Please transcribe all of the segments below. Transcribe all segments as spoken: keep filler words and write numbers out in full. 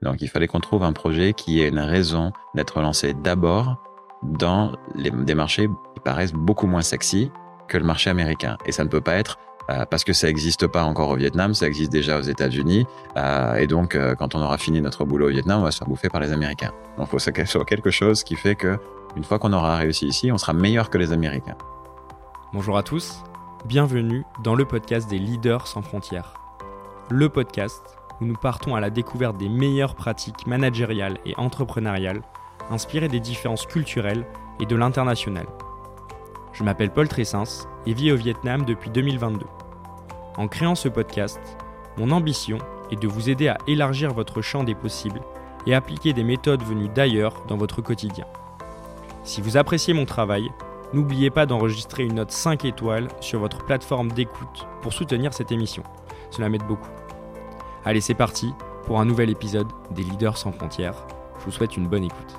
Donc, il fallait qu'on trouve un projet qui ait une raison d'être lancé d'abord dans les, des marchés qui paraissent beaucoup moins sexy que le marché américain. Et ça ne peut pas être euh, parce que ça n'existe pas encore au Vietnam, ça existe déjà aux États-Unis. Euh, et donc, euh, quand on aura fini notre boulot au Vietnam, on va se faire bouffer par les Américains. Donc, il faut que ce soit quelque chose qui fait que, une fois qu'on aura réussi ici, on sera meilleur que les Américains. Bonjour à tous, bienvenue dans le podcast des Leaders sans frontières. Le podcast où nous partons à la découverte des meilleures pratiques managériales et entrepreneuriales inspirées des différences culturelles et de l'international. Je m'appelle Paul Tressens et vis au Vietnam depuis deux mille vingt-deux. En créant ce podcast, mon ambition est de vous aider à élargir votre champ des possibles et appliquer des méthodes venues d'ailleurs dans votre quotidien. Si vous appréciez mon travail, n'oubliez pas d'enregistrer une note cinq étoiles sur votre plateforme d'écoute pour soutenir cette émission. Cela m'aide beaucoup. Allez, c'est parti pour un nouvel épisode des Leaders sans frontières. Je vous souhaite une bonne écoute.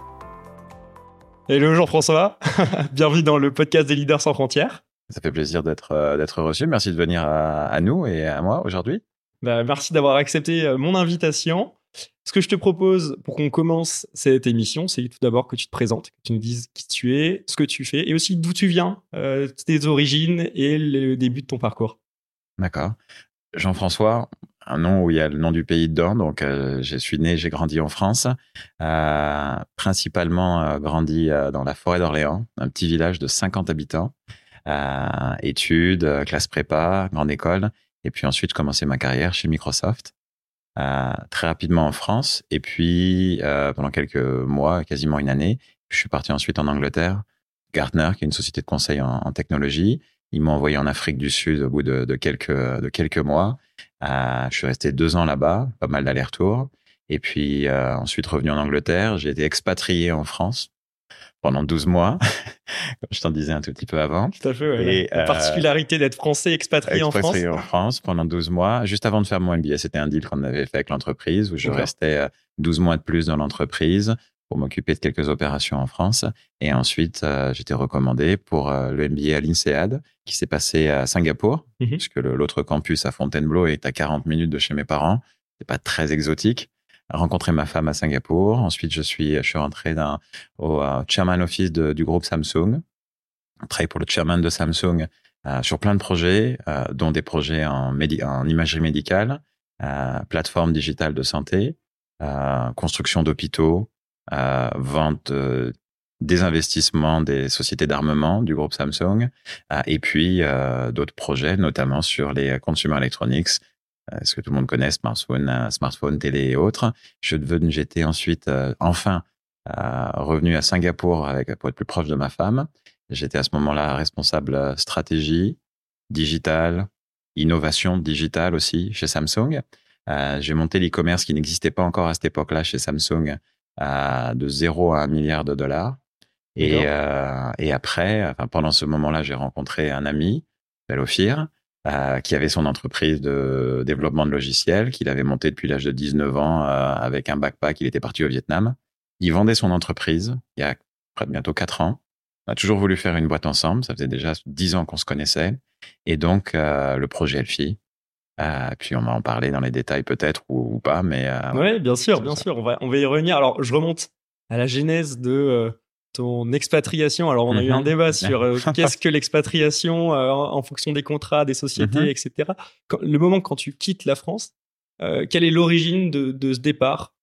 Hello Jean-François, bienvenue dans le podcast des Leaders sans frontières. Ça fait plaisir d'être, euh, d'être reçu. Merci de venir à, à nous et à moi aujourd'hui. Bah, merci d'avoir accepté mon invitation. Ce que je te propose pour qu'on commence cette émission, c'est tout d'abord que tu te présentes, que tu nous dises qui tu es, ce que tu fais et aussi d'où tu viens, euh, tes origines et le début de ton parcours. D'accord. Jean-François, un nom où il y a le nom du pays dedans. Donc, euh, je suis né, j'ai grandi en France, euh, principalement euh, grandi euh, dans la forêt d'Orléans, un petit village de cinquante habitants, euh, études, euh, classe prépa, grande école, et puis ensuite commencé ma carrière chez Microsoft, euh, très rapidement en France, et puis euh, pendant quelques mois, quasiment une année, je suis parti ensuite en Angleterre, Gartner, qui est une société de conseil en, en technologie. Ils m'ont envoyé en Afrique du Sud au bout de, de, quelques, de quelques mois. Euh, je suis resté deux ans là-bas, pas mal d'allers-retours. Et puis euh, ensuite revenu en Angleterre. J'ai été expatrié en France pendant douze mois, comme je t'en disais un tout petit peu avant. Tout à fait, ouais. Et, la euh, particularité d'être français expatrié, expatrié en France. Expatrié en France pendant douze mois, juste avant de faire mon M B A. C'était un deal qu'on avait fait avec l'entreprise où je okay. restais douze mois de plus dans l'entreprise pour m'occuper de quelques opérations en France. Et ensuite, euh, j'étais recommandé pour euh, le M B A à l'INSEAD, qui s'est passé à Singapour, mm-hmm. puisque le, l'autre campus à Fontainebleau est à quarante minutes de chez mes parents. C'est pas très exotique. Rencontré ma femme à Singapour. Ensuite, je suis, je suis rentré dans, au uh, chairman office de, du groupe Samsung. Je travaille pour le chairman de Samsung euh, sur plein de projets, euh, dont des projets en, médi- en imagerie médicale, euh, plateforme digitale de santé, euh, construction d'hôpitaux, Euh, vente euh, des investissements des sociétés d'armement du groupe Samsung euh, et puis euh, d'autres projets, notamment sur les consumer electronics, euh, ce que tout le monde connaît, smartphone, euh, smartphone, télé et autres. Je devenu, j'étais ensuite euh, enfin euh, revenu à Singapour avec, pour être plus proche de ma femme. J'étais à ce moment-là responsable stratégie, digitale, innovation digitale aussi chez Samsung. Euh, j'ai monté l'e-commerce qui n'existait pas encore à cette époque-là chez Samsung, à de zéro à un milliard de dollars. Et, euh, et après, enfin, pendant ce moment-là, j'ai rencontré un ami, Ophir, euh, qui avait son entreprise de développement de logiciels, qu'il avait monté depuis l'âge de dix-neuf ans euh, avec un backpack. Il était parti au Vietnam. Il vendait son entreprise il y a près de bientôt quatre ans. On a toujours voulu faire une boîte ensemble. Ça faisait déjà dix ans qu'on se connaissait. Et donc, euh, le projet Elfi. Euh, puis on va en parler dans les détails peut-être ou, ou pas, mais euh, oui, ouais, bien sûr, bien ça. sûr, on va on va y revenir. Alors je remonte à la genèse de euh, ton expatriation. Alors on a mm-hmm. eu un débat sur euh, qu'est-ce que l'expatriation euh, en, en fonction des contrats, des sociétés, mm-hmm. et cetera. Quand, le moment quand tu quittes la France, euh, quelle est l'origine de, de ce départ?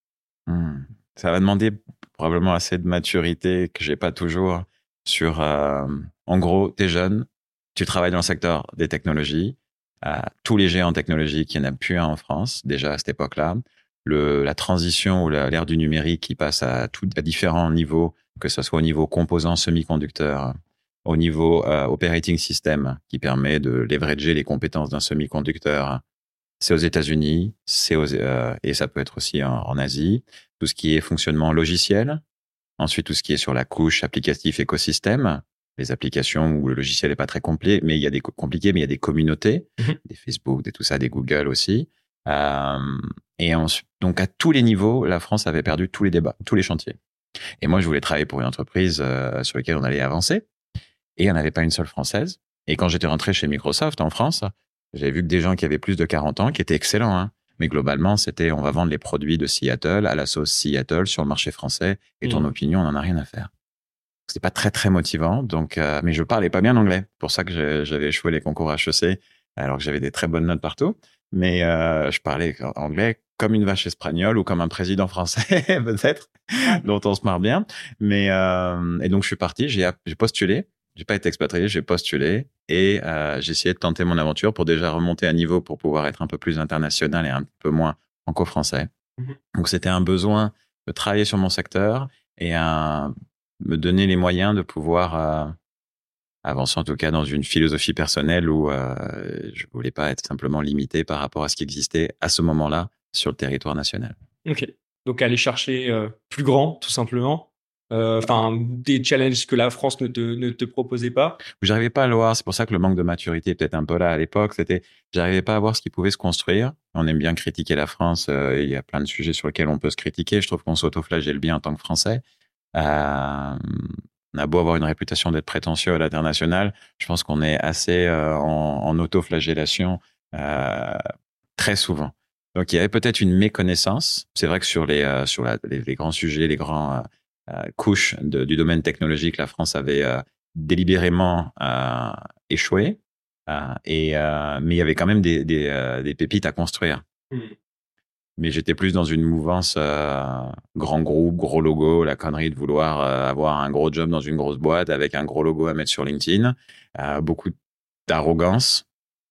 mm. Ça va demander probablement assez de maturité que j'ai pas toujours. Sur, euh, en gros, t'es jeune, tu travailles dans le secteur des technologies. Euh, tous les géants technologiques, il n'y en a plus un en France, déjà à cette époque-là. Le, la transition ou la, l'ère du numérique qui passe à, tout, à différents niveaux, que ce soit au niveau composants semi-conducteurs, au niveau euh, operating system, qui permet de leverager les compétences d'un semi-conducteur. C'est aux États-Unis, c'est aux, euh, et ça peut être aussi en, en Asie. Tout ce qui est fonctionnement logiciel. Ensuite, tout ce qui est sur la couche applicatif écosystème. Les applications où le logiciel n'est pas très complet, mais il y a des compliqués, mais il y a des communautés, mmh. des Facebook, des tout ça, des Google aussi. Euh, et ensuite, donc à tous les niveaux, la France avait perdu tous les débats, tous les chantiers. Et moi, je voulais travailler pour une entreprise euh, sur laquelle on allait avancer. Et il n'y en avait pas une seule française. Et quand j'étais rentré chez Microsoft en France, j'avais vu que des gens qui avaient plus de quarante ans, qui étaient excellents, hein, Mais globalement, c'était on va vendre les produits de Seattle à la sauce Seattle sur le marché français. Et ton mmh. opinion, on n'en a rien à faire. C'était pas très, très motivant. Donc, euh, mais je parlais pas bien anglais. Pour ça que j'avais échoué les concours H E C, alors que j'avais des très bonnes notes partout. Mais euh, je parlais anglais comme une vache espagnole ou comme un président français, peut-être, dont on se marre bien. Mais euh, et donc, je suis parti, j'ai, j'ai postulé. J'ai pas été expatrié, j'ai postulé et euh, j'ai essayé de tenter mon aventure pour déjà remonter à niveau pour pouvoir être un peu plus international et un peu moins franco-français. Mmh. Donc, c'était un besoin de travailler sur mon secteur et un, me donner les moyens de pouvoir euh, avancer, en tout cas, dans une philosophie personnelle où euh, je voulais pas être simplement limité par rapport à ce qui existait à ce moment-là sur le territoire national. Ok. Donc, aller chercher euh, plus grand, tout simplement. Enfin, euh, des challenges que la France ne te, ne te proposait pas. J'arrivais pas à le voir. C'est pour ça que le manque de maturité est peut-être un peu là à l'époque. C'était, j'arrivais pas à voir ce qui pouvait se construire. On aime bien critiquer la France. Euh, il y a plein de sujets sur lesquels on peut se critiquer. Je trouve qu'on s'auto-flagelle bien en tant que Français. Euh, on a beau avoir une réputation d'être prétentieux à l'international. Je pense qu'on est assez euh, en, en auto-flagellation euh, très souvent. Donc, il y avait peut-être une méconnaissance. C'est vrai que sur les, euh, sur la, les, les grands sujets, les grands... Euh, Euh, couche de, du domaine technologique, la France avait euh, délibérément euh, échoué, euh, et, euh, mais il y avait quand même des, des, euh, des pépites à construire. Mmh. Mais j'étais plus dans une mouvance euh, grand groupe, gros logo, la connerie de vouloir euh, avoir un gros job dans une grosse boîte avec un gros logo à mettre sur LinkedIn, euh, beaucoup d'arrogance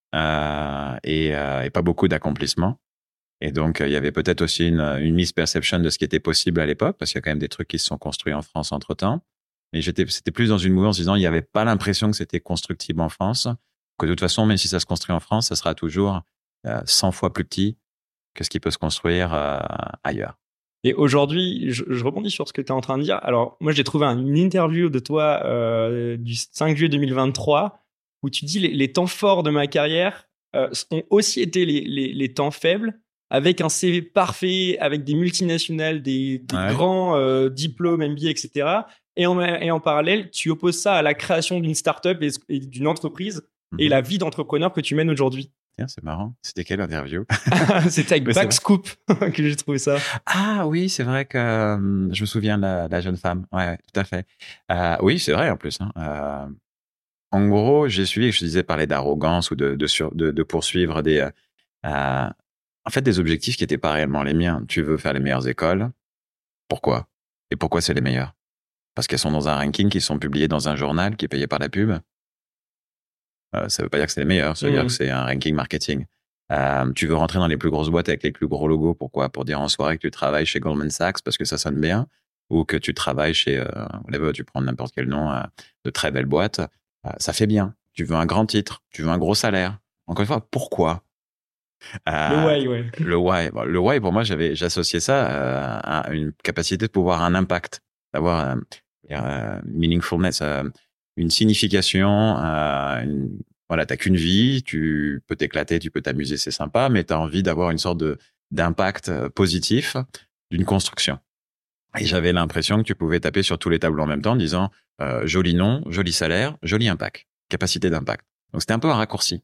euh, et, euh, et pas beaucoup d'accomplissement. Et donc, il y avait peut-être aussi une, une misperception de ce qui était possible à l'époque, parce qu'il y a quand même des trucs qui se sont construits en France entre-temps. Mais j'étais, c'était plus dans une mouvance disant, il n'y avait pas l'impression que c'était constructible en France, que de toute façon, même si ça se construit en France, ça sera toujours euh, cent fois plus petit que ce qui peut se construire euh, ailleurs. Et aujourd'hui, je, je rebondis sur ce que tu es en train de dire. Alors, moi, j'ai trouvé une interview de toi euh, du cinq juillet deux mille vingt-trois, où tu dis les, les temps forts de ma carrière euh, ont aussi été les, les, les temps faibles, avec un C V parfait, avec des multinationales, des, des ouais. grands euh, diplômes, M B A, et cetera. Et en, et en parallèle, tu opposes ça à la création d'une start-up et, et d'une entreprise mm-hmm. et la vie d'entrepreneur que tu mènes aujourd'hui. Tiens, c'est marrant. C'était quelle interview? C'était avec Backscoop que j'ai trouvé ça. Ah oui, c'est vrai que euh, je me souviens de la, la jeune femme. Ouais, ouais, tout à fait. Euh, oui, c'est vrai en plus. Hein. Euh, en gros, j'ai suivi, je disais, parler d'arrogance ou de, de, sur, de, de poursuivre des... Euh, En fait, des objectifs qui n'étaient pas réellement les miens. Tu veux faire les meilleures écoles. Pourquoi? Et pourquoi c'est les meilleures? Parce qu'elles sont dans un ranking qui sont publiés dans un journal qui est payé par la pub. Euh, ça ne veut pas dire que c'est les meilleurs. Ça veut mmh. dire que c'est un ranking marketing. Euh, tu veux rentrer dans les plus grosses boîtes avec les plus gros logos. Pourquoi? Pour dire en soirée que tu travailles chez Goldman Sachs parce que ça sonne bien, ou que tu travailles chez, euh, whatever, tu prends n'importe quel nom euh, de très belle boîte. Euh, ça fait bien. Tu veux un grand titre. Tu veux un gros salaire. Encore une fois, pourquoi? Euh, le why, ouais. Le why. Bon, le why, pour moi, j'avais, j'associais ça euh, à une capacité de pouvoir un impact, d'avoir euh, euh, meaningfulness, euh, une signification. Euh, une, voilà, t'as qu'une vie, tu peux t'éclater, tu peux t'amuser, c'est sympa, mais t'as envie d'avoir une sorte de d'impact positif d'une construction. Et j'avais l'impression que tu pouvais taper sur tous les tableaux en même temps en disant euh, joli nom, joli salaire, joli impact, capacité d'impact. Donc c'était un peu un raccourci.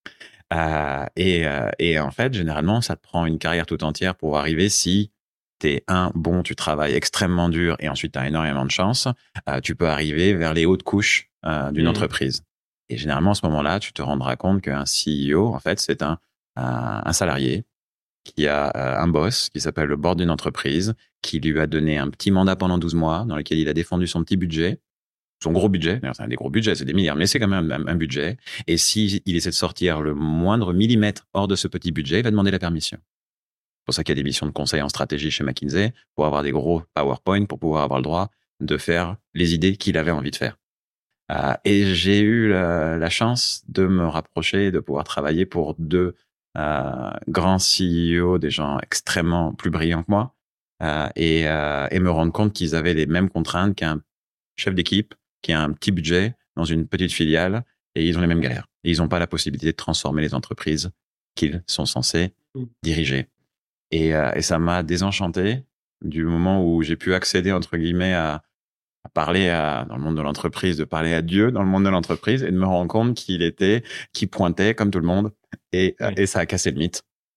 Euh, et, euh, et en fait, généralement, ça te prend une carrière tout entière pour arriver si t'es un bon, tu travailles extrêmement dur et ensuite t'as énormément de chance, euh, tu peux arriver vers les hautes couches euh, d'une mmh. entreprise. Et généralement, à ce moment-là, tu te rendras compte qu'un C E O, en fait, c'est un, un, un salarié qui a euh, un boss qui s'appelle le board d'une entreprise, qui lui a donné un petit mandat pendant douze mois dans lequel il a défendu son petit budget, son gros budget, d'ailleurs c'est un des gros budgets, c'est des milliards, mais c'est quand même un, un budget. Et s'il il essaie de sortir le moindre millimètre hors de ce petit budget, il va demander la permission. C'est pour ça qu'il y a des missions de conseil en stratégie chez McKinsey, pour avoir des gros PowerPoint, pour pouvoir avoir le droit de faire les idées qu'il avait envie de faire. Euh, et j'ai eu la, la chance de me rapprocher, de pouvoir travailler pour deux euh, grands C E O, des gens extrêmement plus brillants que moi, euh, et, euh, et me rendre compte qu'ils avaient les mêmes contraintes qu'un chef d'équipe qui a un petit budget dans une petite filiale, et ils ont les mêmes galères. Et ils n'ont pas la possibilité de transformer les entreprises qu'ils sont censés diriger. Et, euh, et ça m'a désenchanté du moment où j'ai pu accéder, entre guillemets, à, à parler à, dans le monde de l'entreprise, de parler à Dieu dans le monde de l'entreprise et de me rendre compte qu'il était, qu'il pointait comme tout le monde, et, oui. et ça a cassé le mythe.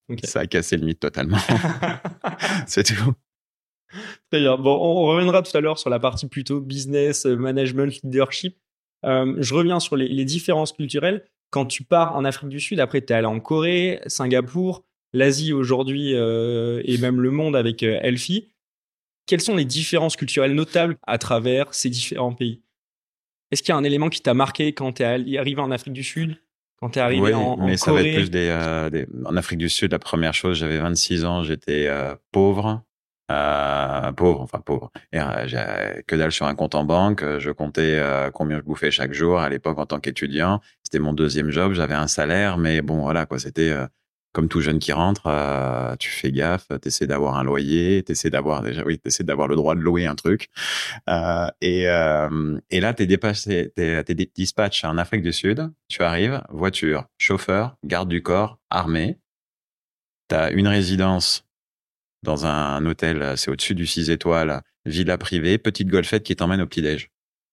Okay. Ça a cassé le mythe totalement. C'est tout. Très bien. Bon, on reviendra tout à l'heure sur la partie plutôt business, management, leadership. Euh, je reviens sur les, les différences culturelles. Quand tu pars en Afrique du Sud, après, tu es allé en Corée, Singapour, l'Asie aujourd'hui euh, et même le monde avec euh, Elfie. Quelles sont les différences culturelles notables à travers ces différents pays? Est-ce qu'il y a un élément qui t'a marqué quand tu es arrivé en Afrique du Sud, quand tu es arrivé Oui, en, en mais Corée? ça va être plus des, euh, des... En Afrique du Sud, la première chose, j'avais vingt-six ans, j'étais euh, pauvre. Euh, pauvre, enfin pauvre. Et, euh, j'ai que dalle sur un compte en banque. Je comptais euh, combien je bouffais chaque jour. À l'époque, en tant qu'étudiant, c'était mon deuxième job. J'avais un salaire, mais bon, voilà quoi. C'était euh, comme tout jeune qui rentre. Euh, tu fais gaffe. T'essaies d'avoir un loyer. T'essaies d'avoir déjà, oui, t'essaies d'avoir le droit de louer un truc. Euh, et euh, et là, t'es dépassé. T'es, t'es dispatch en Afrique du Sud. Tu arrives, voiture, chauffeur, garde du corps, armé. T'as une résidence dans un hôtel, c'est au-dessus du six étoiles, villa privée, petite golfette qui t'emmène au petit-déj.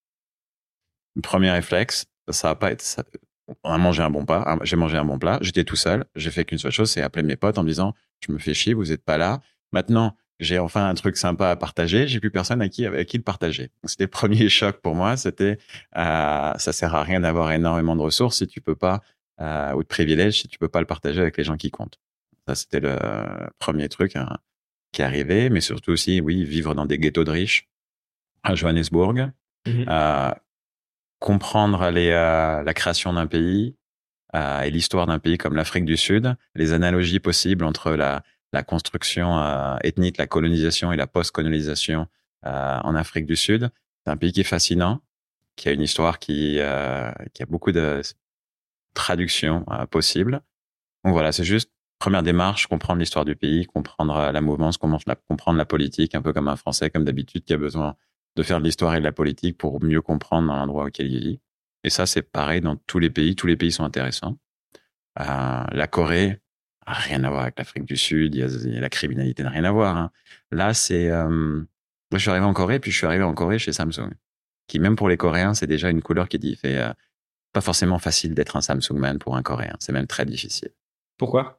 Premier réflexe, ça va pas être ça. On a mangé un bon plat, j'ai mangé un bon plat, j'étais tout seul, j'ai fait qu'une seule chose, c'est appeler mes potes en me disant, je me fais chier, vous êtes pas là. Maintenant, j'ai enfin un truc sympa à partager, j'ai plus personne à qui, avec qui le partager. Donc, c'était le premier choc pour moi, c'était, euh, ça sert à rien d'avoir énormément de ressources si tu peux pas, euh, ou de privilèges si tu peux pas le partager avec les gens qui comptent. Ça, c'était le premier truc, hein, qui arrivait, mais surtout aussi, oui, vivre dans des ghettos de riches à Johannesburg, Mm-hmm. euh, comprendre les, euh, la création d'un pays euh, et l'histoire d'un pays comme l'Afrique du Sud, les analogies possibles entre la, la construction euh, ethnique, la colonisation et la post-colonisation euh, en Afrique du Sud. C'est un pays qui est fascinant, qui a une histoire qui, euh, qui a beaucoup de traductions euh, possibles. Donc voilà, c'est juste première démarche, comprendre l'histoire du pays, comprendre la mouvance, comprendre la politique, un peu comme un Français, comme d'habitude, qui a besoin de faire de l'histoire et de la politique pour mieux comprendre dans l'endroit auquel il vit. Et ça, c'est pareil dans tous les pays. Tous les pays sont intéressants. Euh, la Corée, rien à voir avec l'Afrique du Sud. Il y a, il y a la criminalité n'a rien à voir. Hein. Là, c'est... Euh, moi, je suis arrivé en Corée, puis je suis arrivé en Corée chez Samsung, qui même pour les Coréens, c'est déjà une couleur qui dit fait euh, pas forcément facile d'être un Samsung man pour un Coréen. C'est même très difficile. Pourquoi?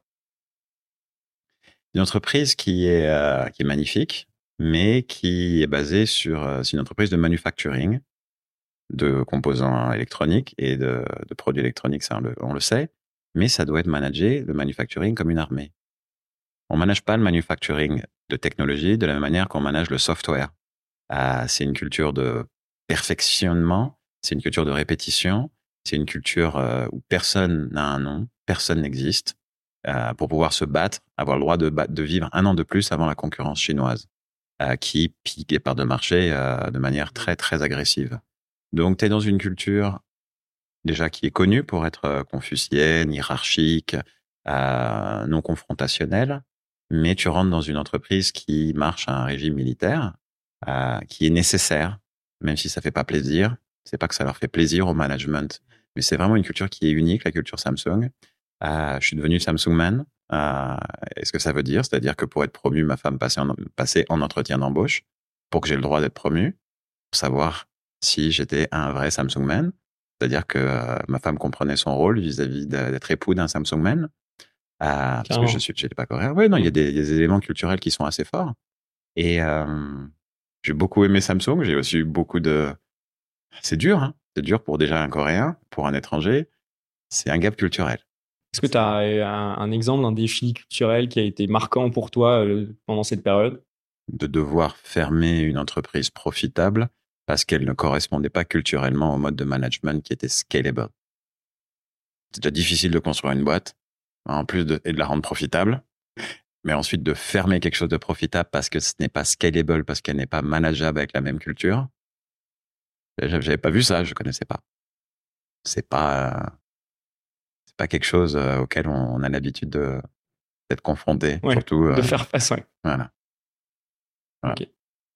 Une entreprise qui est, euh, qui est magnifique, mais qui est basée sur... Euh, c'est une entreprise de manufacturing, de composants électroniques et de, de produits électroniques, ça on le, on le sait, mais ça doit être managé, le manufacturing, comme une armée. On manage pas le manufacturing de technologie de la même manière qu'on manage le software. Euh, c'est une culture de perfectionnement, c'est une culture de répétition, c'est une culture euh, où personne n'a un nom, personne n'existe. Euh, pour pouvoir se battre, avoir le droit de, de vivre un an de plus avant la concurrence chinoise, euh, qui pique les parts de marché euh, de manière très, très agressive. Donc, tu es dans une culture déjà qui est connue pour être confucienne, hiérarchique, euh, non confrontationnelle, mais tu rentres dans une entreprise qui marche à un régime militaire, euh, qui est nécessaire, même si ça fait pas plaisir. C'est pas que ça leur fait plaisir au management, mais c'est vraiment une culture qui est unique, la culture Samsung. Euh, je suis devenu Samsung man. Euh, et ce que ça veut dire, c'est-à-dire que pour être promu, ma femme passait en, passait en entretien d'embauche pour que j'ai le droit d'être promu, pour savoir si j'étais un vrai Samsung man. C'est-à-dire que euh, ma femme comprenait son rôle vis-à-vis d'être époux d'un Samsung man. Euh, parce que je suis, j'étais pas coréen. Oui, non, il y a des, des éléments culturels qui sont assez forts. Et euh, j'ai beaucoup aimé Samsung. J'ai aussi eu beaucoup de... C'est dur, hein. C'est dur pour déjà un Coréen, pour un étranger. C'est un gap culturel. Est-ce que tu as un, un exemple d'un défi culturel qui a été marquant pour toi euh, pendant cette période? De devoir fermer une entreprise profitable parce qu'elle ne correspondait pas culturellement au mode de management qui était scalable. C'est déjà difficile de construire une boîte, en plus de, et de la rendre profitable, mais ensuite de fermer quelque chose de profitable parce que ce n'est pas scalable, parce qu'elle n'est pas manageable avec la même culture. J'avais pas vu ça, je connaissais pas. C'est pas... C'est pas quelque chose auquel on a l'habitude de, d'être confronté. Ouais, surtout, de euh, faire face, ouais. Voilà. voilà. Okay.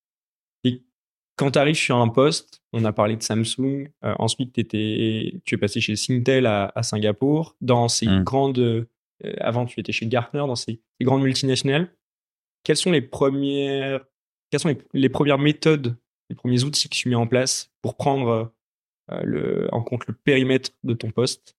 Et quand tu arrives sur un poste, on a parlé de Samsung, euh, ensuite t'étais, tu es passé chez Singtel à, à Singapour, dans ces Mm. grandes... Euh, avant, tu étais chez Gartner, dans ces, ces grandes multinationales. Quelles sont les premières, quelles sont les, les premières méthodes, les premiers outils que tu mets en place pour prendre euh, le, en compte le périmètre de ton poste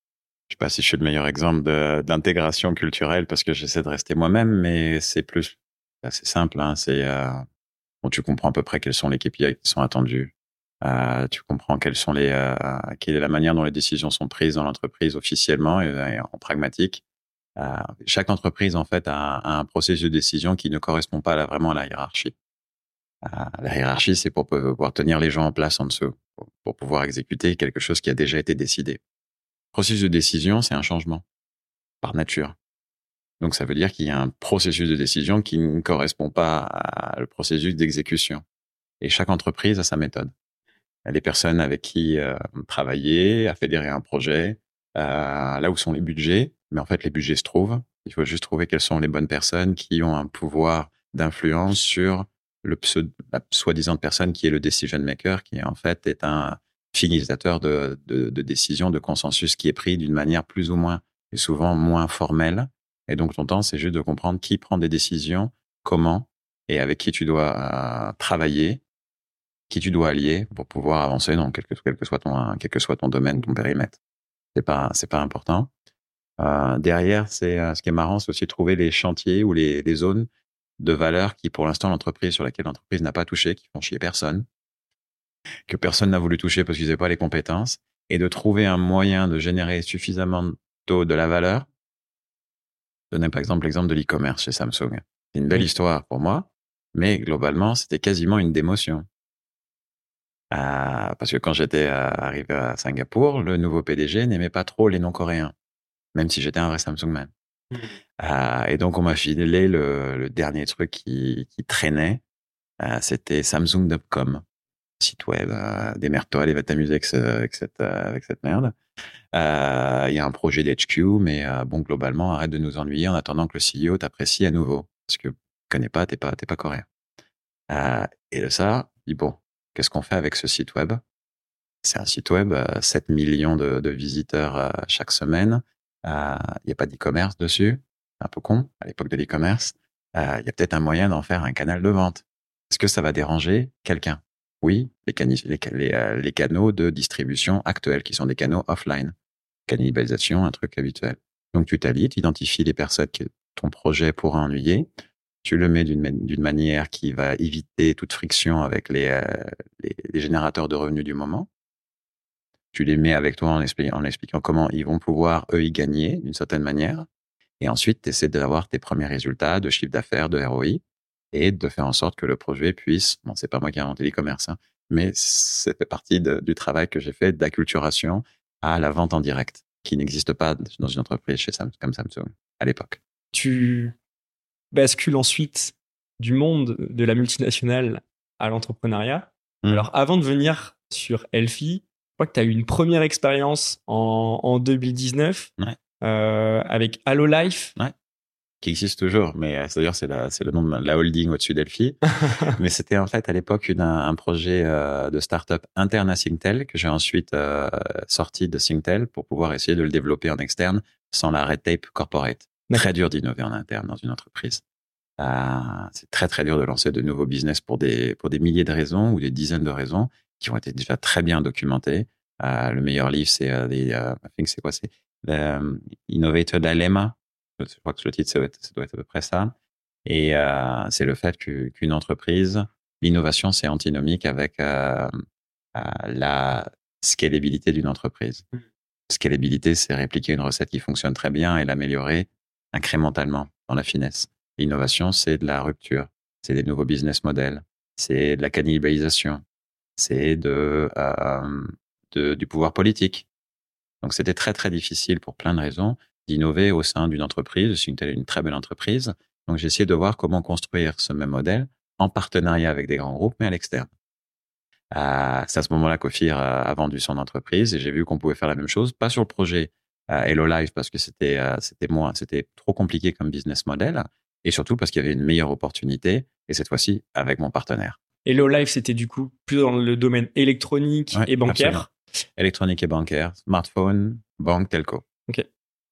Je sais pas si je suis le meilleur exemple de, d'intégration culturelle parce que j'essaie de rester moi-même, mais c'est plus, c'est simple, hein, c'est, euh, bon, tu comprends à peu près quels sont les K P I qui sont attendus. Euh, tu comprends quelles sont les, euh, quelle est la manière dont les décisions sont prises dans l'entreprise officiellement et, et en pragmatique. Euh, chaque entreprise, en fait, a, a un processus de décision qui ne correspond pas à la, vraiment à la hiérarchie. Euh, la hiérarchie, c'est pour pouvoir tenir les gens en place en dessous, pour, pour pouvoir exécuter quelque chose qui a déjà été décidé. Le processus de décision, c'est un changement, par nature. Donc, ça veut dire qu'il y a un processus de décision qui ne correspond pas au processus d'exécution. Et chaque entreprise a sa méthode. Les personnes avec qui euh, travailler, à fédérer un projet, euh, là où sont les budgets. Mais en fait, les budgets se trouvent. Il faut juste trouver quelles sont les bonnes personnes qui ont un pouvoir d'influence sur le pseudo, la soi-disant personne qui est le decision maker, qui en fait est un finalisateur de, de, de décisions, de consensus qui est pris d'une manière plus ou moins, et souvent moins formelle. Et donc, ton temps, c'est juste de comprendre qui prend des décisions, comment, et avec qui tu dois euh, travailler, qui tu dois allier pour pouvoir avancer dans quel que, quel que soit ton, quel que soit ton domaine, ton périmètre. C'est pas, c'est pas important. Euh, derrière, c'est, euh, ce qui est marrant, c'est aussi trouver les chantiers ou les, les zones de valeur qui, pour l'instant, l'entreprise, sur laquelle l'entreprise n'a pas touché, qui font chier personne, que personne n'a voulu toucher parce qu'ils n'avaient pas les compétences, et de trouver un moyen de générer suffisamment tôt de la valeur. Je donne par exemple l'exemple de l'e-commerce chez Samsung. C'est une belle oui. histoire pour moi, mais globalement, c'était quasiment une démotion. Euh, parce que quand j'étais euh, arrivé à Singapour, le nouveau P D G n'aimait pas trop les non-coréens, même si j'étais un vrai Samsung man. Mmh. Euh, et donc, on m'a filé le, le dernier truc qui, qui traînait, euh, c'était Samsung point com, site web. Euh, démerde-toi, allez, va t'amuser avec, ce, avec, cette, euh, avec cette merde. Il euh, y a un projet d'H Q, mais euh, bon, globalement, arrête de nous ennuyer en attendant que le C E O t'apprécie à nouveau. Parce que tu connais pas, t'es pas, t'es pas coréen. Euh, et de ça, je dis bon, qu'est-ce qu'on fait avec ce site web? C'est un site web, euh, sept millions de, de visiteurs euh, chaque semaine. Il euh, n'y a pas d'e-commerce dessus. Un peu con, à l'époque de l'e-commerce. Il euh, y a peut-être un moyen d'en faire un canal de vente. Est-ce que ça va déranger quelqu'un? Oui, les, cani- les, les, euh, les canaux de distribution actuels, qui sont des canaux offline. Cannibalisation, un truc habituel. Donc, tu t'allies, tu identifies les personnes que ton projet pourra ennuyer. Tu le mets d'une, d'une manière qui va éviter toute friction avec les, euh, les, les générateurs de revenus du moment. Tu les mets avec toi en expliquant, en expliquant comment ils vont pouvoir, eux, y gagner d'une certaine manière. Et ensuite, tu essaies d'avoir tes premiers résultats de chiffre d'affaires, de R O I, et de faire en sorte que le projet puisse, bon, c'est pas moi qui ai inventé l'e-commerce, hein, mais ça fait partie de, du travail que j'ai fait d'acculturation à la vente en direct, qui n'existe pas dans une entreprise chez Samsung, comme Samsung à l'époque. Tu bascules ensuite du monde de la multinationale à l'entrepreneuriat. Mmh. Alors, avant de venir sur Elfi, je crois que tu as eu une première expérience en, en deux mille dix-neuf ouais. euh, avec HaloLife. Ouais. Qui existe toujours, mais euh, d'ailleurs c'est, la, c'est le nom de la holding au-dessus d'Elfi. Mais c'était en fait à l'époque une, un projet euh, de start-up interne à Singtel que j'ai ensuite euh, sorti de Singtel pour pouvoir essayer de le développer en externe sans la red tape corporate. D'accord. Très dur d'innover en interne dans une entreprise. Euh, c'est très très dur de lancer de nouveaux business pour des pour des milliers de raisons ou des dizaines de raisons qui ont été déjà très bien documentées. Euh, le meilleur livre c'est euh, les, uh, I think c'est quoi c'est The Innovator Dilemma. Je crois que le titre, ça doit être, ça doit être à peu près ça. Et euh, c'est le fait que, qu'une entreprise, l'innovation, c'est antinomique avec euh, euh, la scalabilité d'une entreprise. Mmh. Scalabilité, c'est répliquer une recette qui fonctionne très bien et l'améliorer incrémentalement dans la finesse. L'innovation, c'est de la rupture, c'est des nouveaux business models, c'est de la cannibalisation, c'est de, euh, de, du pouvoir politique. Donc, c'était très, très difficile pour plein de raisons d'innover au sein d'une entreprise. C'est une, une très belle entreprise. Donc, j'ai essayé de voir comment construire ce même modèle en partenariat avec des grands groupes, mais à l'externe. Euh, c'est à ce moment-là qu'Ophir a, a vendu son entreprise et j'ai vu qu'on pouvait faire la même chose, pas sur le projet euh, HaloLife parce que c'était, euh, c'était moins, c'était trop compliqué comme business model et surtout parce qu'il y avait une meilleure opportunité et cette fois-ci avec mon partenaire. HaloLife, c'était du coup plus dans le domaine électronique ouais, et bancaire. Absolument. Électronique et bancaire, smartphone, banque, telco. Ok.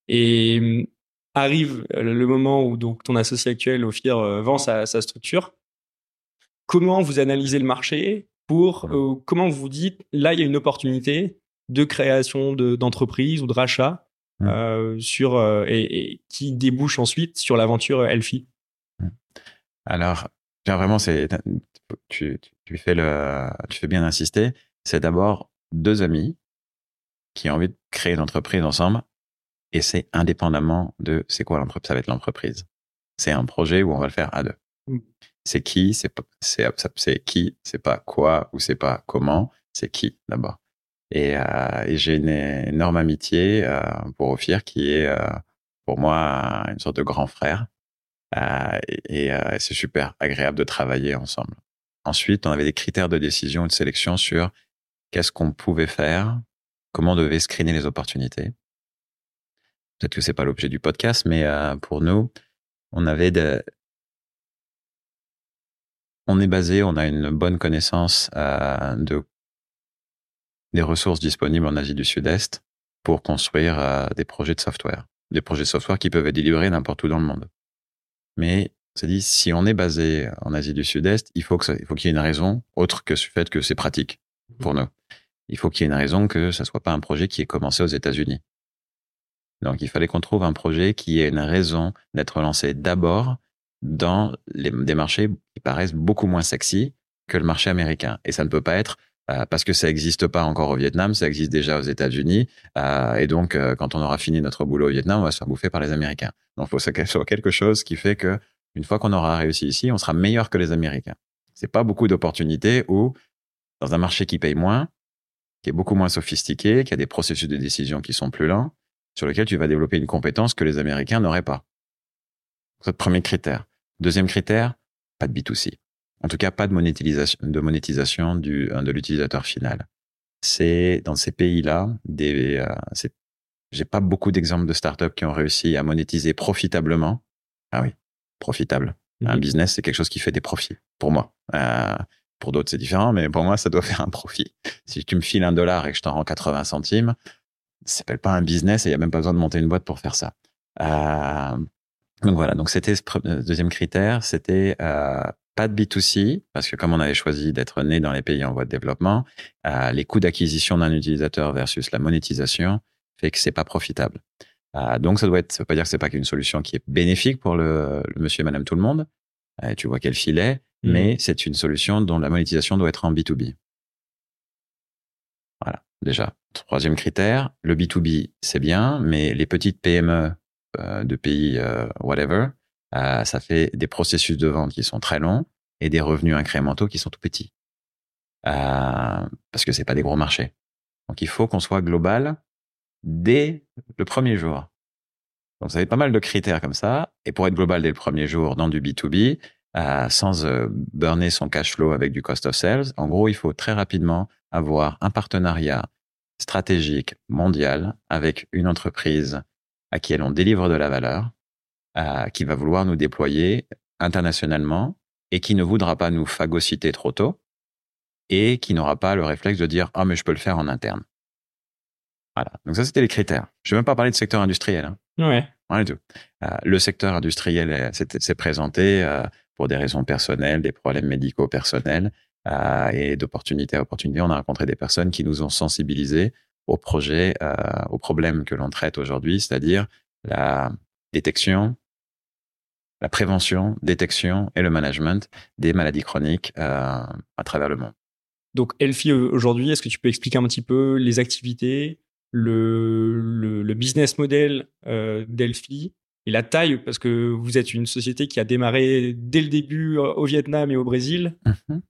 Et arrive le moment où donc ton associé actuel, Ophir, vend sa, sa structure. Comment vous analysez le marché pour euh, comment vous vous dites là il y a une opportunité de création de, d'entreprise ou de rachat mmh. euh, sur, euh, et, et qui débouche ensuite sur l'aventure Elfi? Alors, vraiment, c'est, tu, tu, fais le, tu fais bien insister. C'est d'abord deux amis qui ont envie de créer une entreprise ensemble, et c'est indépendamment de c'est quoi l'entreprise, ça va être l'entreprise. C'est un projet où on va le faire à deux. Mmh. C'est qui, c'est pas, c'est, c'est qui, c'est pas quoi ou c'est pas comment, c'est qui d'abord. Et, euh, et j'ai une énorme amitié euh, pour Ophir qui est euh, pour moi une sorte de grand frère. Euh, et, et euh, c'est super agréable de travailler ensemble. Ensuite, on avait des critères de décision et de sélection sur qu'est-ce qu'on pouvait faire, comment on devait screener les opportunités. Peut-être que c'est pas l'objet du podcast, mais euh, pour nous, on avait de, on est basé, on a une bonne connaissance euh, de des ressources disponibles en Asie du Sud-Est pour construire euh, des projets de software, des projets de software qui peuvent être délivrés n'importe où dans le monde. Mais on s'est dit, si on est basé en Asie du Sud-Est, il faut que ça, il faut qu'il y ait une raison autre que ce fait que c'est pratique pour nous. Il faut qu'il y ait une raison que ça soit pas un projet qui est commencé aux États-Unis. Donc, il fallait qu'on trouve un projet qui ait une raison d'être lancé d'abord dans les, des marchés qui paraissent beaucoup moins sexy que le marché américain. Et ça ne peut pas être euh, parce que ça n'existe pas encore au Vietnam, ça existe déjà aux États-Unis. Euh, et donc, euh, quand on aura fini notre boulot au Vietnam, on va se faire bouffer par les Américains. Donc, il faut que ce soit quelque chose qui fait que une fois qu'on aura réussi ici, on sera meilleur que les Américains. C'est pas beaucoup d'opportunités où, dans un marché qui paye moins, qui est beaucoup moins sophistiqué, qui a des processus de décision qui sont plus lents, sur lequel tu vas développer une compétence que les Américains n'auraient pas. C'est le premier critère. Deuxième critère, pas de B deux C. En tout cas, pas de monétisation, de monétisation du, de l'utilisateur final. C'est dans ces pays-là, des, euh, c'est, j'ai pas beaucoup d'exemples de startups qui ont réussi à monétiser profitablement. Ah oui, profitable. Mmh. Un business, c'est quelque chose qui fait des profits. Pour moi. Euh, pour d'autres, c'est différent, mais pour moi, ça doit faire un profit. Si tu me files un dollar et que je t'en rends quatre-vingts centimes, ça s'appelle pas un business et il y a même pas besoin de monter une boîte pour faire ça. Euh, donc voilà. Donc c'était ce deuxième critère, c'était euh, pas de B deux C parce que comme on avait choisi d'être né dans les pays en voie de développement, euh, les coûts d'acquisition d'un utilisateur versus la monétisation fait que c'est pas profitable. Euh, donc ça doit être, ça veut pas dire que c'est pas qu'une solution qui est bénéfique pour le, le monsieur et madame tout le monde. Euh, tu vois quel filet, mmh. mais c'est une solution dont la monétisation doit être en B deux B. Voilà, déjà. Troisième critère, le B deux B, c'est bien, mais les petites P M E euh, de pays euh, whatever, euh, ça fait des processus de vente qui sont très longs et des revenus incrémentaux qui sont tout petits. Euh, parce que c'est pas des gros marchés. Donc, il faut qu'on soit global dès le premier jour. Donc, ça fait pas mal de critères comme ça. Et pour être global dès le premier jour dans du B deux B, euh, sans euh, burner son cash flow avec du cost of sales, en gros, il faut très rapidement avoir un partenariat stratégique mondial avec une entreprise à qui on délivre de la valeur, euh, qui va vouloir nous déployer internationalement et qui ne voudra pas nous phagocyter trop tôt et qui n'aura pas le réflexe de dire « Ah, mais je peux le faire en interne ». Voilà. Donc ça, c'était les critères. Je ne vais même pas parler de secteur industriel. Hein. Ouais. Rien du tout. Euh, le secteur industriel s'est présenté euh, pour des raisons personnelles, des problèmes médicaux personnels euh, et d'opportunité à opportunité. On a rencontré des personnes qui nous ont sensibilisés au projet, euh, aux problèmes que l'on traite aujourd'hui, c'est-à-dire la détection, la prévention, détection et le management des maladies chroniques euh, à travers le monde. Donc, Elfi aujourd'hui, est-ce que tu peux expliquer un petit peu les activités, le, le, le business model euh, d'Elfi et la taille, parce que vous êtes une société qui a démarré dès le début au Vietnam et au Brésil. Mmh.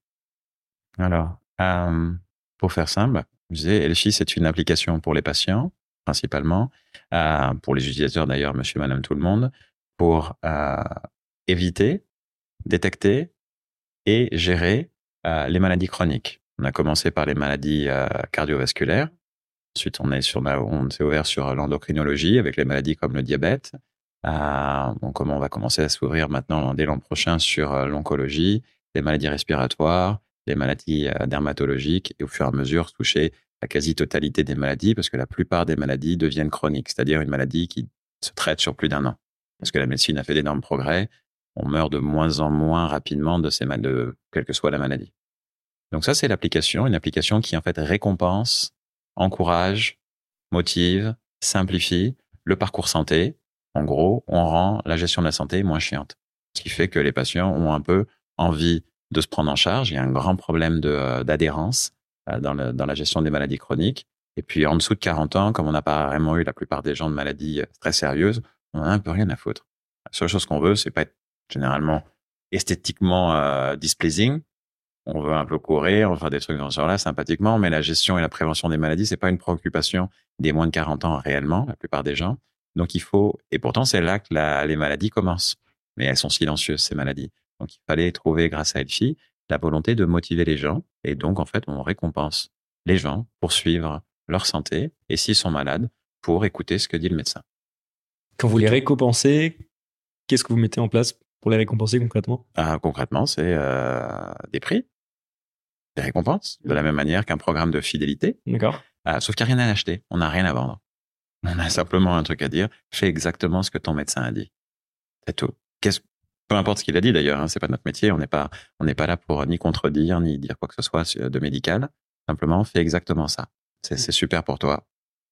Alors, euh, pour faire simple, je disais, Elfi, c'est une application pour les patients, principalement, euh, pour les utilisateurs d'ailleurs, monsieur, madame, tout le monde, pour euh, éviter, détecter et gérer euh, les maladies chroniques. On a commencé par les maladies euh, cardiovasculaires. Ensuite, on est sur, on s'est ouvert sur l'endocrinologie avec les maladies comme le diabète. Euh, donc, on va commencer à s'ouvrir maintenant dès l'an prochain sur euh, l'oncologie, les maladies respiratoires, les maladies euh, dermatologiques et au fur et à mesure toucher la quasi-totalité des maladies parce que la plupart des maladies deviennent chroniques, c'est-à-dire une maladie qui se traite sur plus d'un an. Parce que la médecine a fait d'énormes progrès, on meurt de moins en moins rapidement de ces mal de quelle que soit la maladie. Donc ça, c'est l'application, une application qui en fait récompense, encourage, motive, simplifie le parcours santé, en gros, on rend la gestion de la santé moins chiante. Ce qui fait que les patients ont un peu envie de se prendre en charge. Il y a un grand problème de, d'adhérence dans, le, dans la gestion des maladies chroniques. Et puis, en dessous de quarante ans, comme on n'a pas vraiment eu la plupart des gens de maladies très sérieuses, on n'a un peu rien à foutre. La seule chose qu'on veut, c'est pas être généralement esthétiquement euh, displeasing. On veut un peu courir, on veut faire des trucs dans ce genre-là, sympathiquement, mais la gestion et la prévention des maladies, c'est pas une préoccupation des moins de quarante ans réellement, la plupart des gens. Donc, il faut, et pourtant, c'est là que la, les maladies commencent. Mais elles sont silencieuses, ces maladies. Donc, il fallait trouver, grâce à Elfie, la volonté de motiver les gens. Et donc, en fait, on récompense les gens pour suivre leur santé et s'ils sont malades, pour écouter ce que dit le médecin. Quand vous les récompensez, qu'est-ce que vous mettez en place pour les récompenser concrètement ? Ah, concrètement, c'est euh, des prix, des récompenses, de la même manière qu'un programme de fidélité. D'accord. Ah, sauf qu'il n'y a rien à acheter, on n'a rien à vendre. On a simplement un truc à dire, fais exactement ce que ton médecin a dit. C'est tout. Qu'est-ce, peu importe ce qu'il a dit d'ailleurs, hein, c'est pas notre métier, on n'est pas, on n'est pas là pour ni contredire, ni dire quoi que ce soit de médical. Simplement, fais exactement ça. C'est, c'est super pour toi.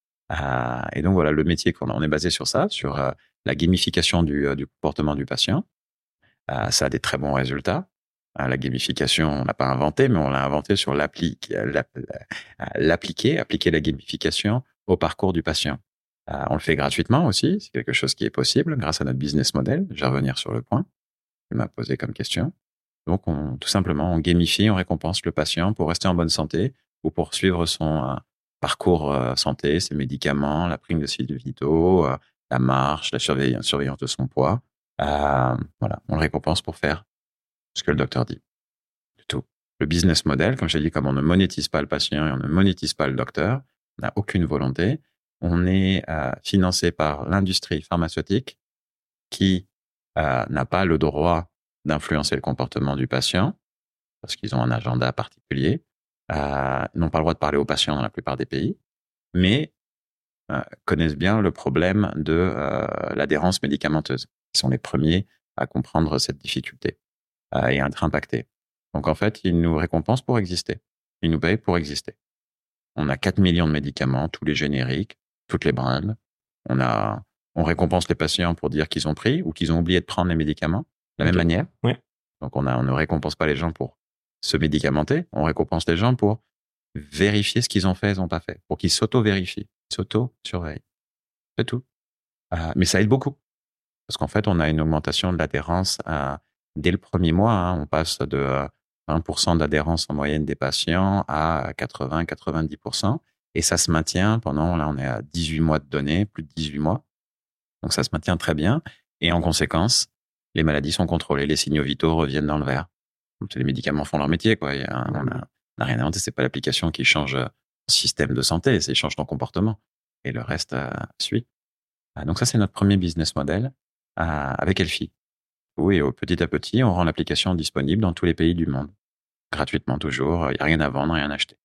Euh, et donc voilà, le métier qu'on a, on est basé sur ça, sur euh, la gamification du, euh, du comportement du patient. Euh, ça a des très bons résultats. Euh, la gamification, on l'a pas inventé, mais on l'a inventé sur l'appli, l'app, l'appliquer, appliquer la gamification au parcours du patient. Euh, on le fait gratuitement aussi, c'est quelque chose qui est possible grâce à notre business model. Je vais revenir sur le point que tu m'as posé comme question. Donc, on, tout simplement, on gamifie, on récompense le patient pour rester en bonne santé ou pour suivre son euh, parcours euh, santé, ses médicaments, la prime de suivi vitaux, euh, la marche, la surveillance, surveillance de son poids. Euh, voilà, on le récompense pour faire ce que le docteur dit. C'est tout. Le business model, comme j'ai dit, comme on ne monétise pas le patient et on ne monétise pas le docteur, on n'a aucune volonté. On est euh, financé par l'industrie pharmaceutique qui euh, n'a pas le droit d'influencer le comportement du patient parce qu'ils ont un agenda particulier. Euh, ils n'ont pas le droit de parler aux patients dans la plupart des pays, mais euh, connaissent bien le problème de euh, l'adhérence médicamenteuse. Ils sont les premiers à comprendre cette difficulté euh, et à être impactés. Donc en fait, ils nous récompensent pour exister. Ils nous payent pour exister. On a quatre millions de médicaments, tous les génériques, toutes les brands. On a, on récompense les patients pour dire qu'ils ont pris ou qu'ils ont oublié de prendre les médicaments de la okay. même manière. Ouais. Donc on, a, on ne récompense pas les gens pour se médicamenter, on récompense les gens pour vérifier ce qu'ils ont fait, ils n'ont pas fait, pour qu'ils s'auto-vérifient, s'auto-surveillent. C'est tout. Euh, mais ça aide beaucoup. Parce qu'en fait, on a une augmentation de l'adhérence à, dès le premier mois. Hein, on passe de euh, vingt pour cent d'adhérence en moyenne des patients à quatre-vingts à quatre-vingt-dix pour cent. Et ça se maintient pendant, là, on est à dix-huit mois de données, plus de dix-huit mois. Donc, ça se maintient très bien. Et en conséquence, les maladies sont contrôlées, les signaux vitaux reviennent dans le vert. Donc, les médicaments font leur métier, quoi. Il y a, on n'a rien inventé. C'est pas l'application qui change le système de santé, c'est change ton comportement. Et le reste euh, suit. Euh, donc, ça, c'est notre premier business model euh, avec Elfie. Oui, et petit à petit, on rend l'application disponible dans tous les pays du monde. Gratuitement, toujours. Il n'y a rien à vendre, rien à acheter.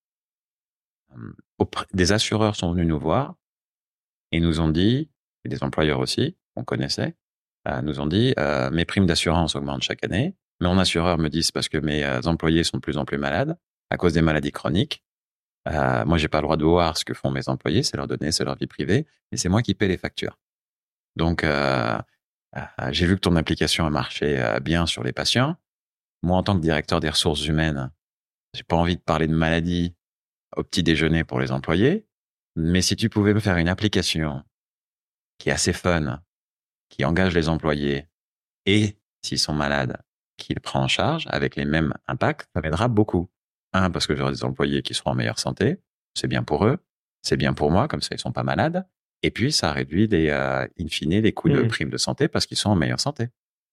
Des assureurs sont venus nous voir et nous ont dit, et des employeurs aussi, on connaissait, euh, nous ont dit, euh, mes primes d'assurance augmentent chaque année. Mon assureur me dit, c'est parce que mes euh, employés sont de plus en plus malades à cause des maladies chroniques. Euh, moi, j'ai pas le droit de voir ce que font mes employés, c'est leurs données, c'est leur vie privée, et c'est moi qui paie les factures. Donc, euh, euh, j'ai vu que ton application a marché euh, bien sur les patients. Moi, en tant que directeur des ressources humaines, j'ai pas envie de parler de maladies au petit déjeuner pour les employés, mais si tu pouvais me faire une application qui est assez fun, qui engage les employés et, s'ils sont malades, qui le prend en charge avec les mêmes impacts, ça m'aidera beaucoup. Un, parce que j'aurai des employés qui seront en meilleure santé, c'est bien pour eux, c'est bien pour moi, comme ça ils sont pas malades, et puis ça réduit les, euh, in fine les coûts mmh. de primes de santé parce qu'ils sont en meilleure santé.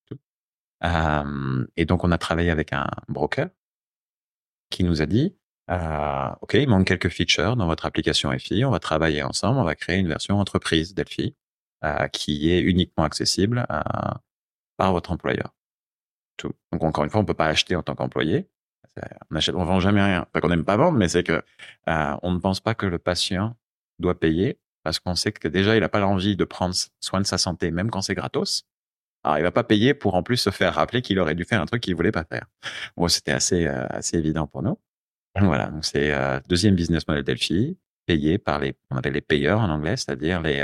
Euh, et donc on a travaillé avec un broker qui nous a dit, euh, ok, il manque quelques features dans votre application Elfie, on va travailler ensemble, on va créer une version entreprise d'Elfie euh, qui est uniquement accessible euh, par votre employeur. Tout. Donc encore une fois, on peut pas acheter en tant qu'employé. On achète, on vend jamais rien. Pas qu'on n'aime pas vendre, mais c'est que euh, on ne pense pas que le patient doit payer parce qu'on sait que déjà il n'a pas l'envie de prendre soin de sa santé, même quand c'est gratos. Alors il va pas payer pour en plus se faire rappeler qu'il aurait dû faire un truc qu'il voulait pas faire. Bon, c'était assez euh, assez évident pour nous. Voilà, donc c'est euh, deuxième business model d'Elfie, payé par les, on appelle les payeurs en anglais, c'est-à-dire les, euh,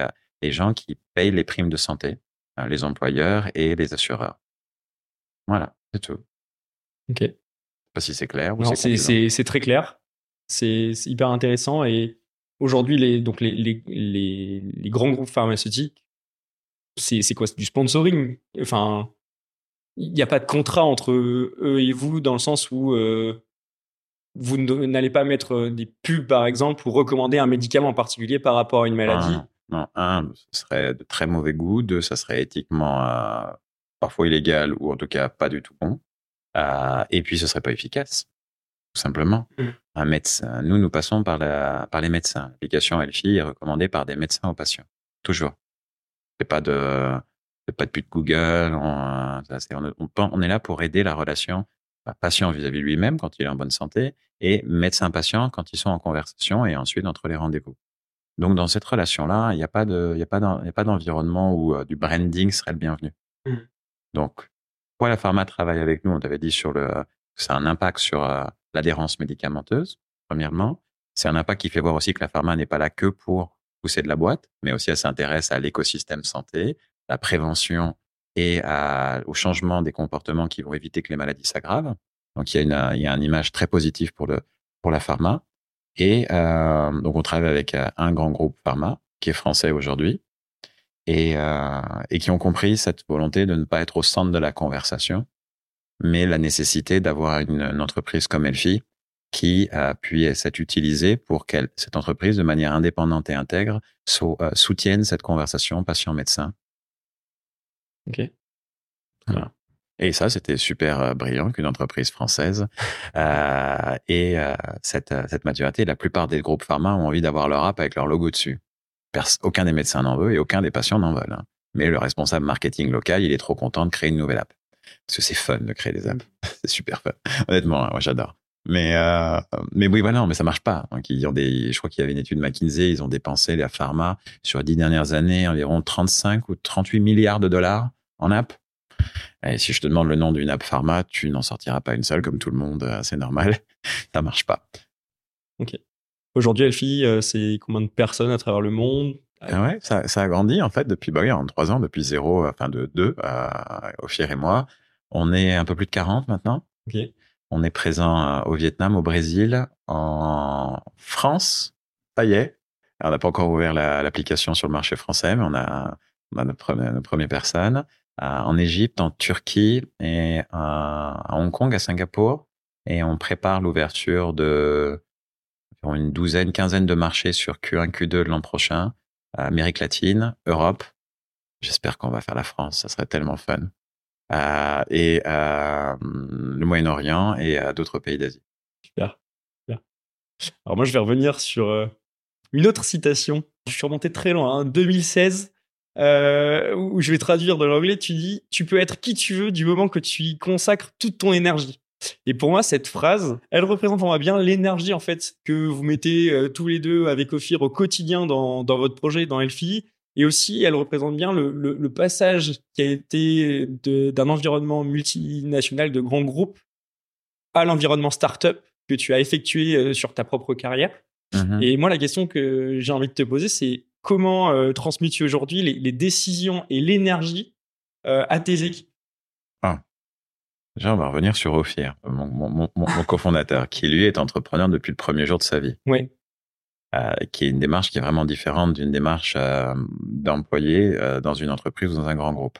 les gens qui payent les primes de santé, euh, les employeurs et les assureurs. Voilà, c'est tout. Ok. Je sais pas si c'est clair ou Non, c'est c'est, confusant. c'est, c'est très clair. C'est, c'est hyper intéressant. Et aujourd'hui, les, donc les, les, les, les grands groupes pharmaceutiques, c'est, c'est quoi? C'est du sponsoring. Enfin, il n'y a pas de contrat entre eux et vous dans le sens où euh, vous ne- n'allez pas mettre des pubs, par exemple, ou recommander un médicament en particulier par rapport à une maladie. Non, non, un, ce serait de très mauvais goût. Deux, ça serait éthiquement euh, parfois illégal ou en tout cas pas du tout bon. Euh, et puis, ce serait pas efficace, tout simplement. Mm. Un médecin, nous, nous passons par, la, par les médecins. L'application Elfi est recommandée par des médecins aux patients, toujours. C'est pas de, c'est pas de pute Google. On, ça, c'est- on, on, on est là pour aider la relation bah, patient vis-à-vis de lui-même quand il est en bonne santé et médecin-patient quand ils sont en conversation et ensuite entre les rendez-vous. Donc, dans cette relation-là, il n'y a pas de, il y a pas d'en- il y a pas d'environnement où euh, du branding serait le bienvenu. Mm. Donc, pourquoi la pharma travaille avec nous? On t'avait dit sur le, ça a un impact sur euh, l'adhérence médicamenteuse, premièrement. C'est un impact qui fait voir aussi que la pharma n'est pas là que pour pousser de la boîte, mais aussi elle s'intéresse à l'écosystème santé, la prévention et à, au changement des comportements qui vont éviter que les maladies s'aggravent. Donc, il y a une, il y a une image très positive pour le, pour la pharma. Et euh, donc, on travaille avec euh, un grand groupe pharma qui est français aujourd'hui et, euh, et qui ont compris cette volonté de ne pas être au centre de la conversation, mais la nécessité d'avoir une, une entreprise comme Elfi qui euh, puisse être utilisée pour que cette entreprise, de manière indépendante et intègre, so, euh, soutienne cette conversation patient-médecin. Ok. Voilà. Et ça, c'était super euh, brillant qu'une entreprise française euh, ait euh, cette, cette maturité. La plupart des groupes pharma ont envie d'avoir leur app avec leur logo dessus. Pers- aucun des médecins n'en veut et aucun des patients n'en veulent. Hein. Mais le responsable marketing local, il est trop content de créer une nouvelle app. Parce que c'est fun de créer des apps. C'est super fun. Honnêtement, moi j'adore. Mais, euh, mais oui, voilà, non, mais ça marche pas. Donc, ils ont des, je crois qu'il y avait une étude McKinsey, ils ont dépensé, la pharma, sur les dix dernières années, environ trente-cinq ou trente-huit milliards de dollars en app. Et si je te demande le nom d'une app pharma, tu n'en sortiras pas une seule, comme tout le monde, c'est normal. Ça marche pas. Ok. Aujourd'hui, Elfi, euh, c'est combien de personnes à travers le monde? Ah ouais, ça, ça a grandi en fait depuis bah oui, en trois ans, depuis zéro, enfin de deux, euh, Ophir et moi. On est un peu plus de quarante maintenant. Ok. On est présent euh, au Vietnam, au Brésil, en France. Ça y est. On n'a pas encore ouvert la, l'application sur le marché français, mais on a, on a notre, première, notre première personne. Euh, en Égypte, en Turquie et euh, à Hong Kong, à Singapour. Et on prépare l'ouverture de une douzaine, quinzaine de marchés sur Q un, Q deux de l'an prochain. Amérique latine, Europe. J'espère qu'on va faire la France, ça serait tellement fun. Euh, et euh, le Moyen-Orient et euh, d'autres pays d'Asie. Super. Super. Alors moi, je vais revenir sur euh, une autre citation. Je suis remonté très loin, hein, deux mille seize, euh, où je vais traduire de l'anglais. Tu dis, tu peux être qui tu veux du moment que tu y consacres toute ton énergie. Et pour moi, cette phrase, elle représente pour moi bien l'énergie en fait que vous mettez euh, tous les deux avec Ophir au quotidien dans, dans votre projet, dans Elfi. Et aussi, elle représente bien le, le, le passage qui a été de, d'un environnement multinational de grands groupes à l'environnement startup que tu as effectué euh, sur ta propre carrière. Mm-hmm. Et moi, la question que j'ai envie de te poser, c'est comment euh, transmets-tu aujourd'hui les, les décisions et l'énergie euh, à tes équipes? Ah. Déjà, on va revenir sur Ophir, mon, mon, mon, mon cofondateur, qui lui est entrepreneur depuis le premier jour de sa vie. Oui. Euh, qui est une démarche qui est vraiment différente d'une démarche euh, d'employé euh, dans une entreprise ou dans un grand groupe.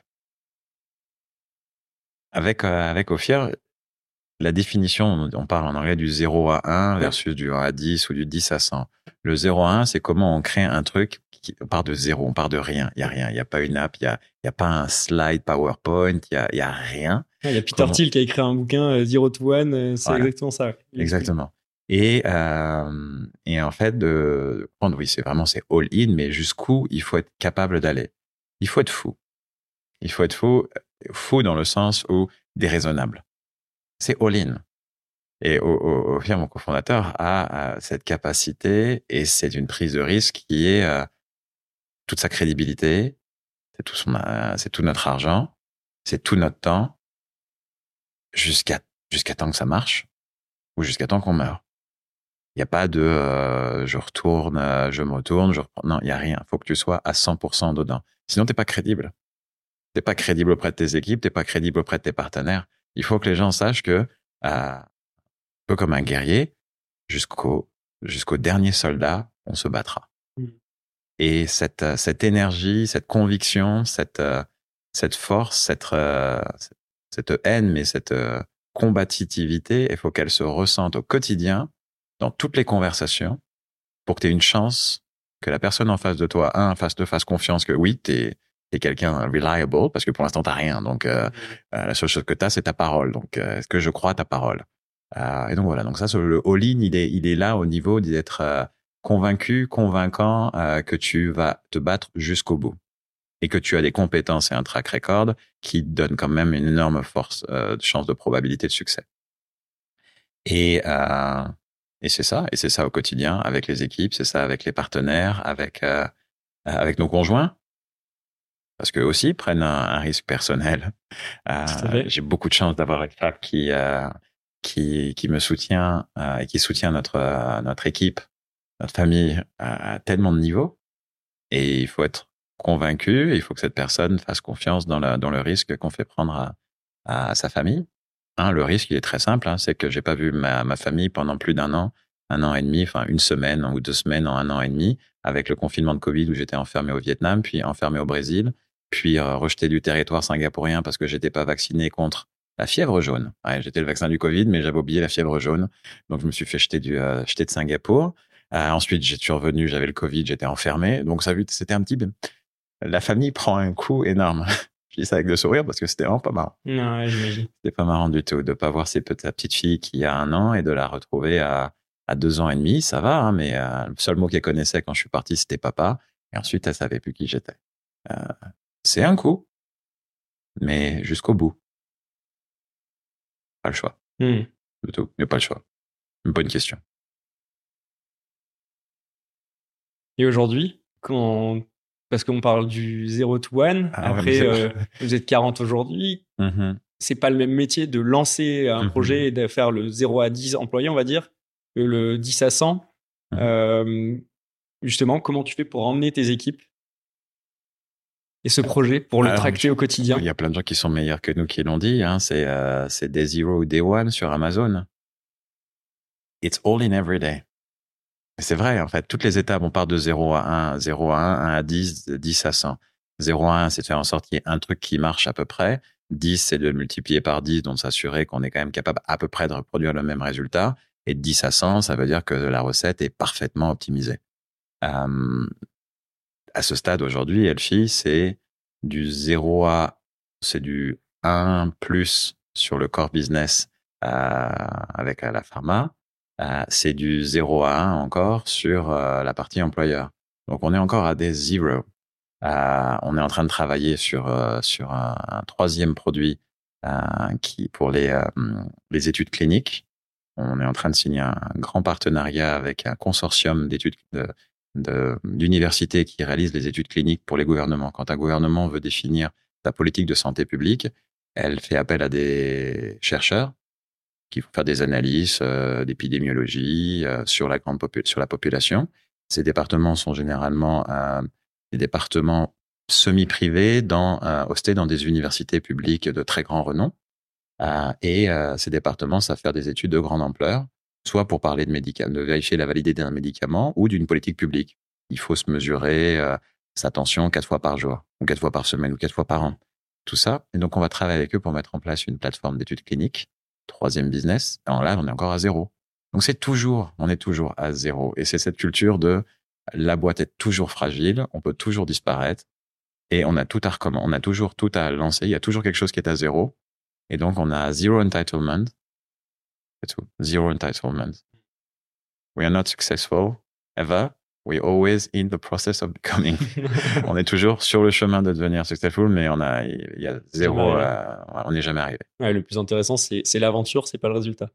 Avec, euh, avec Ophir, la définition, on parle en anglais du zéro à un versus du un à dix ou du dix à cent. Le zéro à un, c'est comment on crée un truc qui on part de zéro, on part de rien. Il y a rien, il n'y a pas une app, il y a, il y a pas un slide PowerPoint, il y a, il y a rien. Il y a Peter comment... Thiel qui a écrit un bouquin euh, Zero to One, euh, c'est voilà. Exactement ça. Exactement. Et, euh, et en fait, de prendre, oui, c'est vraiment, c'est all in, mais jusqu'où il faut être capable d'aller. Il faut être fou. Il faut être fou, fou dans le sens où déraisonnable. C'est all-in. Et Ophir, mon cofondateur, a, a cette capacité et c'est une prise de risque qui est euh, toute sa crédibilité, c'est tout, son, euh, c'est tout notre argent, c'est tout notre temps, jusqu'à, jusqu'à temps que ça marche ou jusqu'à temps qu'on meurt. Il n'y a pas de euh, je retourne, euh, je me retourne, je reprends. Non, il n'y a rien. Il faut que tu sois à cent pour cent dedans. Sinon, tu n'es pas crédible. Tu n'es pas crédible auprès de tes équipes, tu n'es pas crédible auprès de tes partenaires. Il faut que les gens sachent que, euh, un peu comme un guerrier, jusqu'au, jusqu'au dernier soldat, on se battra. Mmh. Et cette, cette énergie, cette conviction, cette, cette force, cette, cette haine, mais cette combativité, il faut qu'elle se ressente au quotidien, dans toutes les conversations, pour que tu aies une chance que la personne en face de toi, un, fasse, te fasse confiance que oui, tu es quelqu'un reliable, parce que pour l'instant, tu n'as rien. Donc, euh, la seule chose que tu as, c'est ta parole. Donc, euh, est-ce que je crois à ta parole? Euh, et donc, voilà. Donc, ça, le all-in, il est, il est là au niveau d'être euh, convaincu, convaincant euh, que tu vas te battre jusqu'au bout. Et que tu as des compétences et un track record qui donnent quand même une énorme force, euh, de chance de probabilité de succès. Et, euh, et c'est ça. Et c'est ça au quotidien avec les équipes, c'est ça avec les partenaires, avec, euh, avec nos conjoints. Parce qu'eux aussi prennent un, un risque personnel. Euh, j'ai beaucoup de chance d'avoir une femme qui, euh, qui, qui me soutient euh, et qui soutient notre, euh, notre équipe, notre famille à tellement de niveaux. Et il faut être convaincu, il faut que cette personne fasse confiance dans, la, dans le risque qu'on fait prendre à, à sa famille. Hein, le risque, il est très simple, hein, c'est que j'ai pas vu ma, ma famille pendant plus d'un an, un an et demi, enfin une semaine ou deux semaines en un an et demi, avec le confinement de Covid où j'étais enfermé au Vietnam, puis enfermé au Brésil, puis euh, rejeté du territoire singapourien parce que j'étais pas vacciné contre la fièvre jaune. Ouais, j'étais le vaccin du Covid, mais j'avais oublié la fièvre jaune, donc je me suis fait jeter, du, euh, jeter de Singapour. Euh, ensuite, j'ai suis revenu, j'avais le Covid, j'étais enfermé, donc ça, c'était un petit... La famille prend un coup énorme. Je dis ça avec le sourire parce que c'était vraiment pas marrant. Non, ouais, j'imagine. C'était pas marrant du tout de pas voir ses, sa petite fille qui a un an et de la retrouver à, à deux ans et demi. Ça va, hein, mais euh, le seul mot qu'elle connaissait quand je suis parti, c'était papa. Et ensuite, elle savait plus qui j'étais. Euh, c'est un coup, mais jusqu'au bout. Pas le choix. Mmh. Du tout. Mais pas le choix. Une bonne question. Et aujourd'hui, quand... parce qu'on parle du zéro to one, ah, après, ouais, euh, vous êtes quarante aujourd'hui, mm-hmm. C'est pas le même métier de lancer un mm-hmm. projet et de faire le zéro à dix employés, on va dire, que le dix à cent. Mm-hmm. Euh, justement, comment tu fais pour emmener tes équipes et ce projet pour le Alors, tracter au quotidien? Il y a plein de gens qui sont meilleurs que nous qui l'ont dit, hein, c'est, euh, c'est Day Zero ou Day One sur Amazon. It's all in every day. C'est vrai, en fait, toutes les étapes, on part de zéro à un, zéro à un, un à dix, dix à cent. zéro à un, c'est de faire en sorte qu'il y ait un truc qui marche à peu près. dix, c'est de multiplier par dix, donc s'assurer qu'on est quand même capable à peu près de reproduire le même résultat. Et de dix à cent, ça veut dire que la recette est parfaitement optimisée. Euh, à ce stade, aujourd'hui, Elfi, c'est du zéro à, c'est du un plus sur le core business euh, avec la pharma. Euh, c'est du zéro à un encore sur euh, la partie employeur. Donc, on est encore à des zéro. Euh, on est en train de travailler sur, euh, sur un, un troisième produit euh, qui, pour les, euh, les études cliniques. On est en train de signer un, un grand partenariat avec un consortium d'études de, de, d'universités qui réalisent les études cliniques pour les gouvernements. Quand un gouvernement veut définir sa politique de santé publique, elle fait appel à des chercheurs qui vont faire des analyses euh, d'épidémiologie euh, sur la grande popu- sur la population. Ces départements sont généralement euh, des départements semi-privés dans, euh, hostés dans des universités publiques de très grand renom. Euh, et euh, ces départements savent faire des études de grande ampleur, soit pour parler de médicaments, de vérifier la validité d'un médicament ou d'une politique publique. Il faut se mesurer euh, sa tension quatre fois par jour, ou quatre fois par semaine, ou quatre fois par an. Tout ça. Et donc, on va travailler avec eux pour mettre en place une plateforme d'études cliniques. Troisième business. Alors là, on est encore à zéro. Donc, c'est toujours, on est toujours à zéro. Et c'est cette culture de la boîte est toujours fragile, on peut toujours disparaître et on a tout à recommencer. On a toujours tout à lancer. Il y a toujours quelque chose qui est à zéro. Et donc, on a zero entitlement. C'est tout. Zero entitlement. We are not successful ever. We're always in the process of becoming. On est toujours sur le chemin de devenir successful, mais on a, il y a zéro, euh, on n'est jamais arrivé. Ouais, le plus intéressant, c'est, c'est l'aventure, c'est pas le résultat.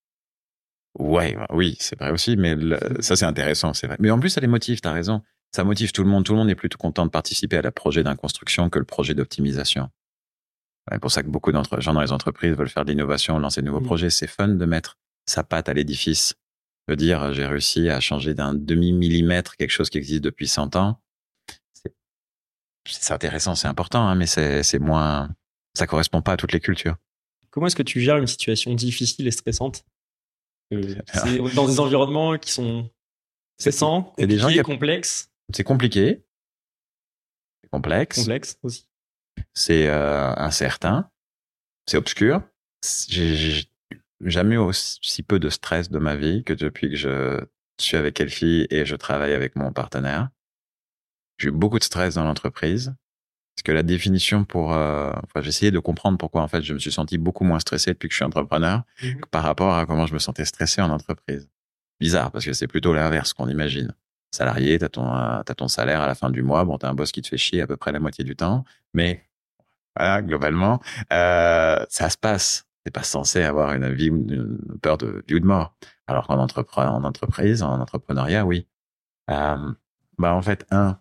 Ouais, oui, c'est vrai aussi, mais le, ça, c'est intéressant, c'est vrai. Mais en plus, ça les motive, t'as raison. Ça motive tout le monde. Tout le monde est plutôt content de participer à la projet d'inconstruction que le projet d'optimisation. C'est pour ça que beaucoup de gens dans les entreprises veulent faire de l'innovation, lancer de nouveaux mmh. projets. C'est fun de mettre sa patte à l'édifice De dire, j'ai réussi à changer d'un demi-millimètre quelque chose qui existe depuis cent ans. C'est, c'est intéressant, c'est important, hein, mais c'est, c'est moins, ça correspond pas à toutes les cultures. Comment est-ce que tu gères une situation difficile et stressante? euh, C'est dans des environnements qui sont stressants, compliqués, des gens qui... complexes. C'est compliqué. C'est complexe. Complexe aussi. C'est euh, incertain. C'est obscur. J'ai, j'ai jamais eu aussi peu de stress de ma vie que depuis que je suis avec Elfie et je travaille avec mon partenaire. J'ai eu beaucoup de stress dans l'entreprise. Parce que la définition pour... Euh, enfin, j'ai essayé de comprendre pourquoi, en fait, je me suis senti beaucoup moins stressé depuis que je suis entrepreneur mmh. par rapport à comment je me sentais stressé en entreprise. Bizarre, parce que c'est plutôt l'inverse qu'on imagine. Salarié, t'as ton, euh, t'as ton salaire à la fin du mois. Bon, t'as un boss qui te fait chier à peu près la moitié du temps. Mais, voilà, globalement, euh, ça se passe. T'es pas censé avoir une vie, une peur de vie ou de mort. Alors qu'en entrepre- en entreprise, en entrepreneuriat, oui. Euh, bah, en fait, un,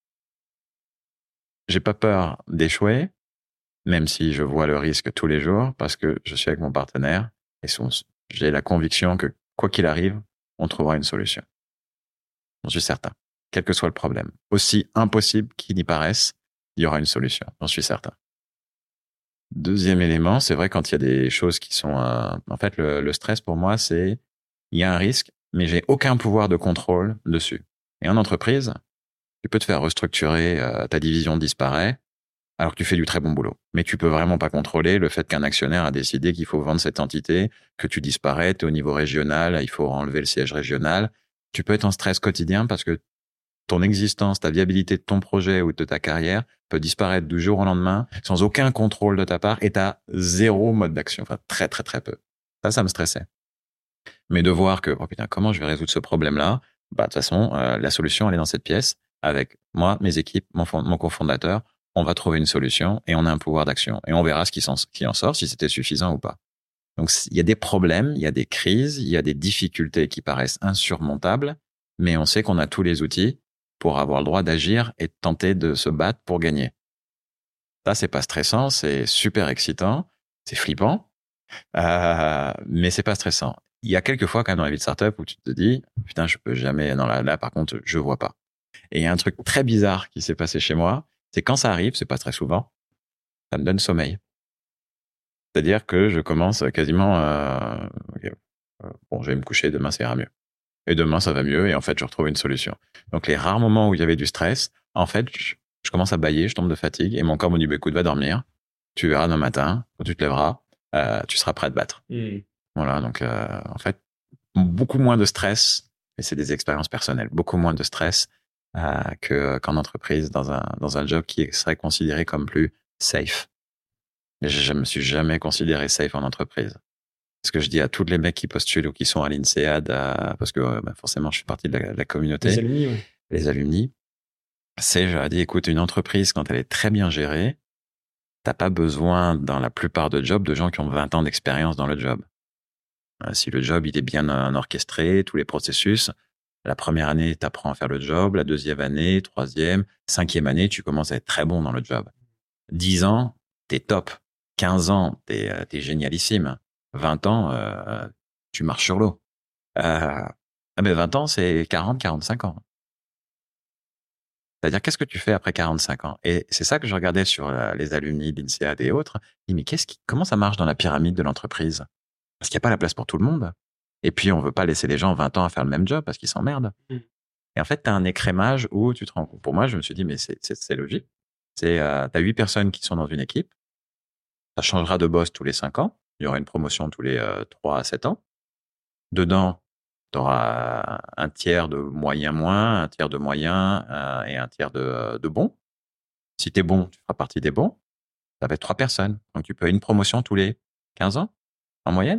j'ai pas peur d'échouer, même si je vois le risque tous les jours, parce que je suis avec mon partenaire et son, j'ai la conviction que quoi qu'il arrive, on trouvera une solution. J'en suis certain. Quel que soit le problème. Aussi impossible qu'il y paraisse, il y aura une solution. J'en suis certain. Deuxième élément, c'est vrai quand il y a des choses qui sont... Euh, en fait, le, le stress pour moi, c'est... Il y a un risque, mais j'ai aucun pouvoir de contrôle dessus. Et en entreprise, tu peux te faire restructurer, euh, ta division disparaît, alors que tu fais du très bon boulot. Mais tu peux vraiment pas contrôler le fait qu'un actionnaire a décidé qu'il faut vendre cette entité, que tu disparais, t'es au niveau régional, il faut enlever le siège régional. Tu peux être en stress quotidien parce que ton existence, ta viabilité de ton projet ou de ta carrière peut disparaître du jour au lendemain sans aucun contrôle de ta part et t'as zéro mode d'action. Enfin, très, très, très peu. Ça, ça me stressait. Mais de voir que, oh putain, comment je vais résoudre ce problème-là? Bah, de toute façon, euh, la solution, elle est dans cette pièce avec moi, mes équipes, mon, mon cofondateur. On va trouver une solution et on a un pouvoir d'action et on verra ce qui, s'en, qui en sort, si c'était suffisant ou pas. Donc, il y a des problèmes, il y a des crises, il y a des difficultés qui paraissent insurmontables, mais on sait qu'on a tous les outils pour avoir le droit d'agir et de tenter de se battre pour gagner. Ça, c'est pas stressant, c'est super excitant, c'est flippant, euh, mais c'est pas stressant. Il y a quelques fois quand même dans la vie de startup où tu te dis, putain, je peux jamais, non, là, là, par contre, je vois pas. Et il y a un truc très bizarre qui s'est passé chez moi, c'est quand ça arrive, c'est pas très souvent, ça me donne sommeil. C'est-à-dire que je commence quasiment, euh, okay, euh, bon, je vais me coucher, demain ça ira mieux. Et demain ça va mieux, et en fait je retrouve une solution. Donc les rares moments où il y avait du stress, en fait, je, je commence à bâiller, je tombe de fatigue, et mon corps me dit, bah, écoute, va dormir, tu verras demain matin, quand tu te lèveras, euh, tu seras prêt à te battre. Mmh. Voilà, donc euh, en fait, beaucoup moins de stress, et c'est des expériences personnelles, beaucoup moins de stress euh, que, qu'en entreprise, dans un, dans un job qui serait considéré comme plus safe. Et je ne me suis jamais considéré safe en entreprise. Ce que je dis à tous les mecs qui postulent ou qui sont à l'INSEAD, à, parce que bah, forcément, je suis partie de la, de la communauté. Les alumni, oui. Les alumni. C'est, je leur ai dit, écoute, une entreprise, quand elle est très bien gérée, t'as pas besoin, dans la plupart de jobs, de gens qui ont vingt ans d'expérience dans le job. Si le job, il est bien orchestré, tous les processus, la première année, t'apprends à faire le job, la deuxième année, troisième, cinquième année, tu commences à être très bon dans le job. Dix ans, t'es top. quinze ans, t'es, t'es génialissime. vingt ans, euh, tu marches sur l'eau. Euh, mais vingt ans, c'est quarante, quarante-cinq ans. C'est-à-dire, qu'est-ce que tu fais après quarante-cinq ans? Et c'est ça que je regardais sur les alumni de l'INSEAD et autres. Je dis, mais qu'est-ce qui, comment ça marche dans la pyramide de l'entreprise? Parce qu'il n'y a pas la place pour tout le monde. Et puis, on veut pas laisser les gens vingt ans à faire le même job parce qu'ils s'emmerdent. Mmh. Et en fait, tu as un écrémage où tu te rends compte. Pour moi, je me suis dit, mais c'est, c'est, c'est logique. C'est, euh, tu as huit personnes qui sont dans une équipe. Ça changera de boss tous les cinq ans. Il y aura une promotion tous les euh, trois à sept ans. Dedans, tu auras un tiers de moyen moins, un tiers de moyen euh, et un tiers de, de bon. Si tu es bon, tu feras partie des bons. Ça va être trois personnes. Donc, tu peux avoir une promotion tous les quinze ans, en moyenne.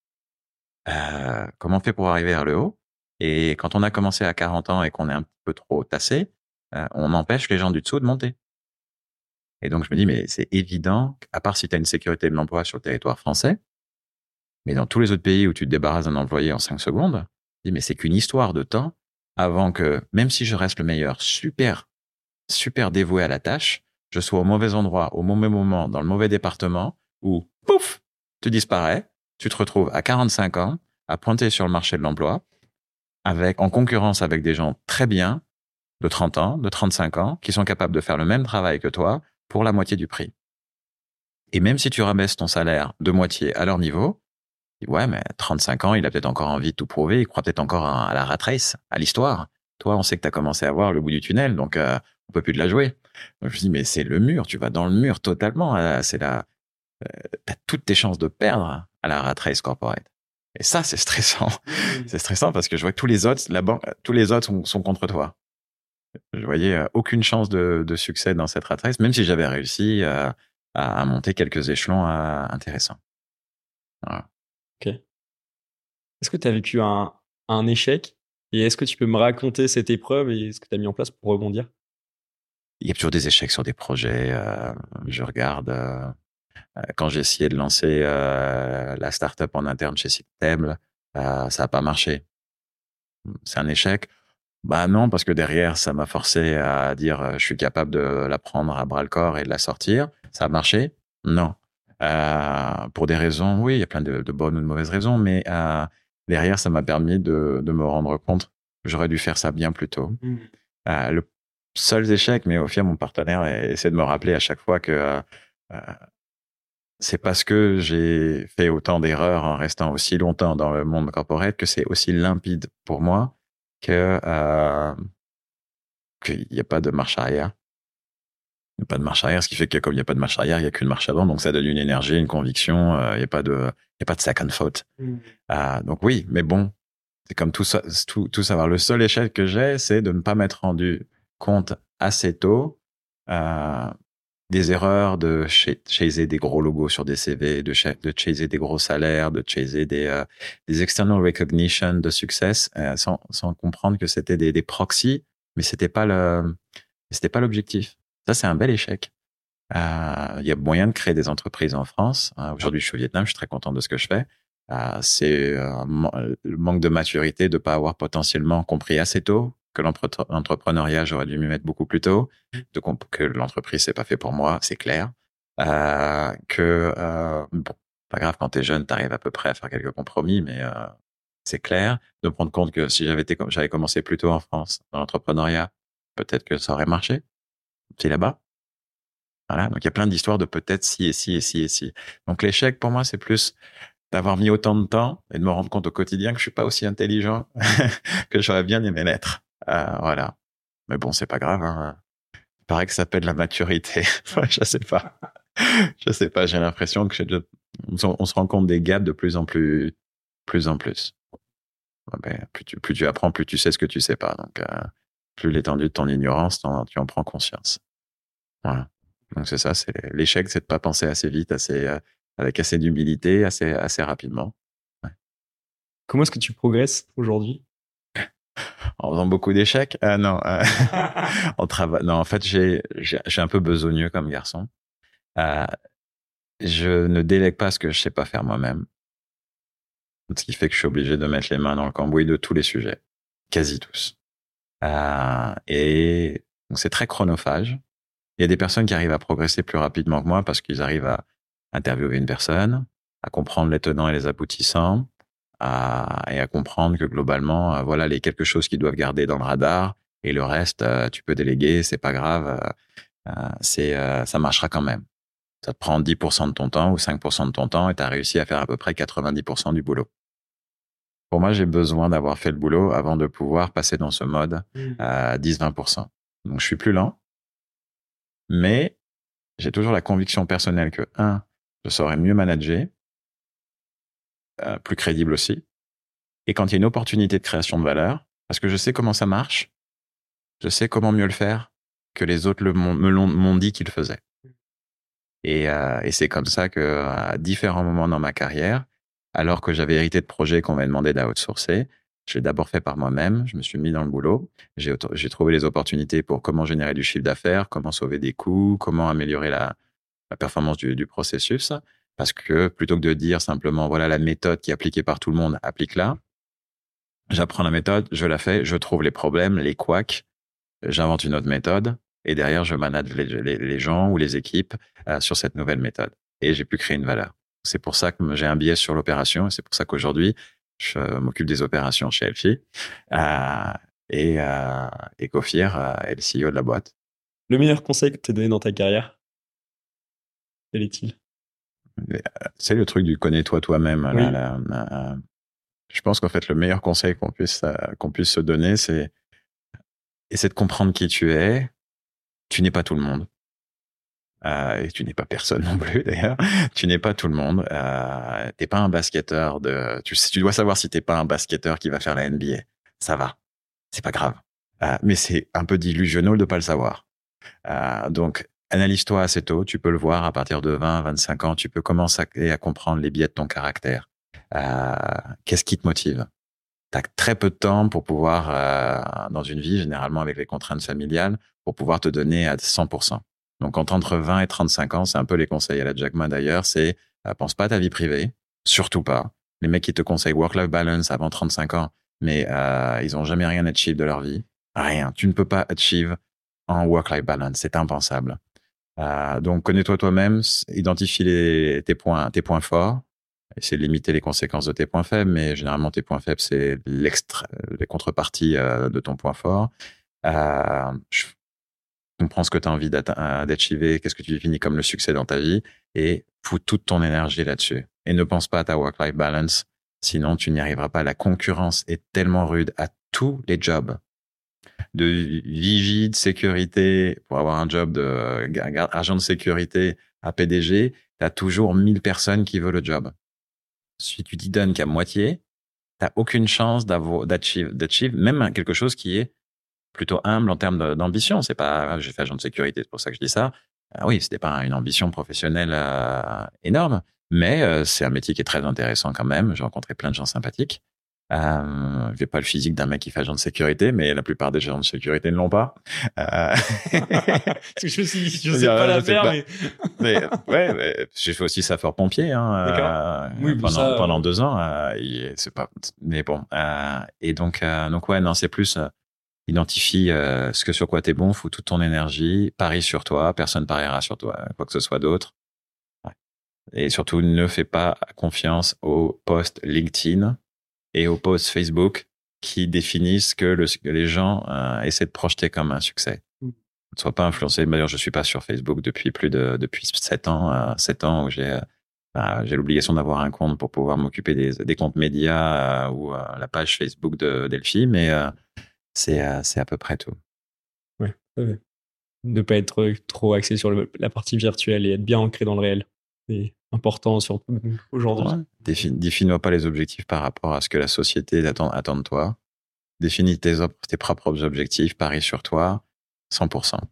Euh, comment on fait pour arriver vers le haut? Et quand on a commencé à quarante ans et qu'on est un peu trop tassé, euh, on empêche les gens du dessous de monter. Et donc, je me dis, mais c'est évident, à part si tu as une sécurité de l'emploi sur le territoire français, mais dans tous les autres pays où tu te débarrasses d'un employé en cinq secondes, je dis, mais c'est qu'une histoire de temps avant que, même si je reste le meilleur, super, super dévoué à la tâche, je sois au mauvais endroit, au mauvais moment, dans le mauvais département, où, pouf, tu disparais, tu te retrouves à quarante-cinq ans, à pointer sur le marché de l'emploi, avec, en concurrence avec des gens très bien, de trente ans, de trente-cinq ans, qui sont capables de faire le même travail que toi pour la moitié du prix. Et même si tu rabaisses ton salaire de moitié à leur niveau, ouais, mais trente-cinq ans, il a peut-être encore envie de tout prouver, il croit peut-être encore à la rat race, à l'histoire. Toi, on sait que tu as commencé à voir le bout du tunnel, donc euh, on peut plus te la jouer. Donc je me dis, mais c'est le mur, tu vas dans le mur totalement. Euh, c'est la, euh, t'as toutes tes chances de perdre à la rat race corporate. Et ça, c'est stressant. Mmh. C'est stressant parce que je vois que tous les autres, la banque, tous les autres sont, sont contre toi. Je voyais euh, aucune chance de, de succès dans cette rat race, même si j'avais réussi euh, à, à monter quelques échelons euh, intéressants. Voilà. Ok. Est-ce que tu as vécu un, un échec et est-ce que tu peux me raconter cette épreuve et ce que tu as mis en place pour rebondir? Il y a toujours des échecs sur des projets. Euh, je regarde euh, quand j'ai essayé de lancer euh, la startup en interne chez Sytable, euh, ça n'a pas marché. C'est un échec. Bah non, parce que derrière, ça m'a forcé à dire euh, je suis capable de la prendre à bras le corps et de la sortir. Ça a marché? Non. Euh, pour des raisons, oui, il y a plein de, de bonnes ou de mauvaises raisons, mais euh, derrière, ça m'a permis de, de me rendre compte que j'aurais dû faire ça bien plus tôt. Mmh. Euh, le seul échec, mais au final, mon partenaire essaie de me rappeler à chaque fois que euh, euh, c'est parce que j'ai fait autant d'erreurs en restant aussi longtemps dans le monde corporate que c'est aussi limpide pour moi que euh, qu'il n'y a pas de marche arrière. Il n'y a pas de marche arrière, ce qui fait que comme il n'y a pas de marche arrière, il n'y a qu'une marche avant, donc ça donne une énergie, une conviction, euh, il n'y a pas de, il n'y a pas de second thought. Mm. Euh, donc oui, mais bon, c'est comme tout ça, tout, tout savoir. Le seul échec que j'ai, c'est de ne pas m'être rendu compte assez tôt euh, des erreurs de chaser des gros logos sur des C V, de, ch- de chaser des gros salaires, de chaser des, euh, des external recognition de succès, euh, sans, sans comprendre que c'était des, des proxys, mais c'était pas le, c'était pas l'objectif. Ça, c'est un bel échec. Euh, il y a moyen de créer des entreprises en France. Euh, aujourd'hui, je suis au Vietnam, je suis très content de ce que je fais. Euh, c'est euh, le manque de maturité de pas avoir potentiellement compris assez tôt que l'entrepreneuriat, j'aurais dû m'y mettre beaucoup plus tôt, de comp- que l'entreprise, c'est pas fait pour moi, c'est clair. Euh, que, euh, bon, pas grave, quand t'es jeune, t'arrives à peu près à faire quelques compromis, mais euh, c'est clair. De prendre compte que si j'avais été, j'avais commencé plus tôt en France, dans l'entrepreneuriat, peut-être que ça aurait marché. C'est là-bas. Voilà. Donc, il y a plein d'histoires de peut-être si et si et si et si. Donc, l'échec, pour moi, c'est plus d'avoir mis autant de temps et de me rendre compte au quotidien que je suis pas aussi intelligent que j'aurais bien aimé l'être. Euh, voilà. Mais bon, c'est pas grave. Hein. Il paraît que ça s'appelle la maturité. Je sais pas. Je sais pas. J'ai l'impression que de... on se rend compte des gaps de plus en plus, plus en plus. Ben, plus tu, plus tu apprends, plus tu sais ce que tu sais pas. Donc, euh, plus l'étendue de ton ignorance, tu en prends conscience. Voilà. Donc c'est ça. C'est l'échec, c'est de pas penser assez vite, assez euh, avec assez d'humilité, assez assez rapidement. Ouais. Comment est-ce que tu progresses aujourd'hui? En faisant beaucoup d'échecs? Ah non, euh, en travail. Non, en fait, j'ai, j'ai, j'ai un peu besogneux comme garçon. Euh, je ne délègue pas ce que je sais pas faire moi-même. Ce qui fait que je suis obligé de mettre les mains dans le cambouis de tous les sujets. Quasi tous. Euh, et donc c'est très chronophage. Il y a des personnes qui arrivent à progresser plus rapidement que moi parce qu'ils arrivent à interviewer une personne, à comprendre les tenants et les aboutissants, à, et à comprendre que globalement, euh, voilà les quelque chose qu'ils doivent garder dans le radar et le reste, euh, tu peux déléguer, c'est pas grave, euh, euh, c'est, euh, ça marchera quand même. Ça te prend dix pour cent de ton temps ou cinq pour cent de ton temps et tu as réussi à faire à peu près quatre-vingt-dix pour cent du boulot. Pour moi, j'ai besoin d'avoir fait le boulot avant de pouvoir passer dans ce mode à dix à vingt pour cent. Donc, je suis plus lent, mais j'ai toujours la conviction personnelle que, un, je saurais mieux manager, euh, plus crédible aussi. Et quand il y a une opportunité de création de valeur, parce que je sais comment ça marche, je sais comment mieux le faire que les autres le, me l'ont, m'ont dit qu'ils le faisaient. Et, euh, et c'est comme ça que, à différents moments dans ma carrière, alors que j'avais hérité de projets qu'on m'avait demandé d'outsourcer, je l'ai d'abord fait par moi-même, je me suis mis dans le boulot, j'ai, j'ai trouvé les opportunités pour comment générer du chiffre d'affaires, comment sauver des coûts, comment améliorer la, la performance du, du processus, parce que plutôt que de dire simplement, voilà la méthode qui est appliquée par tout le monde, applique-la, j'apprends la méthode, je la fais, je trouve les problèmes, les couacs, j'invente une autre méthode, et derrière, je manage les, les, les gens ou les équipes euh, sur cette nouvelle méthode. Et j'ai pu créer une valeur. C'est pour ça que j'ai un biais sur l'opération, et c'est pour ça qu'aujourd'hui, je m'occupe des opérations chez Elfi. Euh, et, euh, et Kofir euh, est le C E O de la boîte. Le meilleur conseil que tu as donné dans ta carrière, quel est-il? C'est le truc du connais-toi toi-même. Oui. Là, là, là. Je pense qu'en fait, le meilleur conseil qu'on puisse, euh, qu'on puisse se donner, c'est essayer de comprendre qui tu es. Tu n'es pas tout le monde. Euh, et tu n'es pas personne non plus d'ailleurs. Tu n'es pas tout le monde. Euh, t'es pas un basketteur de. Tu, tu dois savoir si t'es pas un basketteur qui va faire la N B A. Ça va, c'est pas grave. Euh, mais c'est un peu delusional de pas le savoir. Euh, donc analyse-toi assez tôt. Tu peux le voir à partir de vingt, vingt-cinq ans. Tu peux commencer à, à comprendre les biais de ton caractère. Euh, qu'est-ce qui te motive? T'as très peu de temps pour pouvoir, euh, dans une vie, généralement avec les contraintes familiales, pour pouvoir te donner à cent pour cent. Donc, entre vingt et trente-cinq ans, c'est un peu les conseils à la Jack Ma d'ailleurs, c'est euh, pense pas à ta vie privée, surtout pas. Les mecs qui te conseillent work-life balance avant trente-cinq ans, mais euh, ils ont jamais rien achieve de leur vie. Rien. Tu ne peux pas achieve en work-life balance. C'est impensable. Euh, donc, connais-toi toi-même, identifie les, tes points, tes points forts. Essayer de limiter les conséquences de tes points faibles, mais généralement, tes points faibles, c'est l'extra, les contreparties euh, de ton point fort. Euh, je comprends ce que tu as envie d'achiever, qu'est-ce que tu définis comme le succès dans ta vie, et fous toute ton énergie là-dessus. Et ne pense pas à ta work-life balance, sinon tu n'y arriveras pas. La concurrence est tellement rude à tous les jobs. De vigile, de sécurité, pour avoir un job de agent de sécurité à P D G, tu as toujours mille personnes qui veulent le job. Si tu t'y donnes qu'à moitié, t'as aucune chance d'avoir, d'achieve, d'achieve, même quelque chose qui est plutôt humble en termes d'ambition. C'est pas, j'ai fait agent de sécurité, c'est pour ça que je dis ça. Ah oui, c'était pas une ambition professionnelle euh, énorme, mais euh, c'est un métier qui est très intéressant quand même. J'ai rencontré plein de gens sympathiques. Euh, j'ai pas le physique d'un mec qui fait agent de sécurité, mais la plupart des agents de sécurité ne l'ont pas. Euh... je je sais pas la faire, mais... mais ouais, mais j'ai fait aussi sapeur-pompier hein, euh, oui, pendant ça, pendant euh... deux ans. Euh, c'est pas, mais bon. Euh, et donc, euh, donc ouais, non, c'est plus euh, identifie euh, ce que sur quoi t'es bon, fous toute ton énergie, parie sur toi, personne pariera sur toi, quoi que ce soit d'autre. Ouais. Et surtout, ne fais pas confiance aux posts LinkedIn et aux posts Facebook qui définissent que, le, que les gens euh, essaient de projeter comme un succès. Mm. Ne sois pas influencé. D'ailleurs, je suis pas sur Facebook depuis plus de depuis sept ans, euh, sept ans où j'ai euh, bah, j'ai l'obligation d'avoir un compte pour pouvoir m'occuper des, des comptes médias euh, ou euh, la page Facebook de Delphi, mais euh, c'est euh, c'est à peu près tout. Ouais. ouais. Ne pas être trop axé sur le, la partie virtuelle et être bien ancré dans le réel. C'est important surtout aujourd'hui. Ouais. Défin, définis pas les objectifs par rapport à ce que la société attend, attend de toi. Définis tes, tes propres objectifs, parie sur toi, cent pour cent.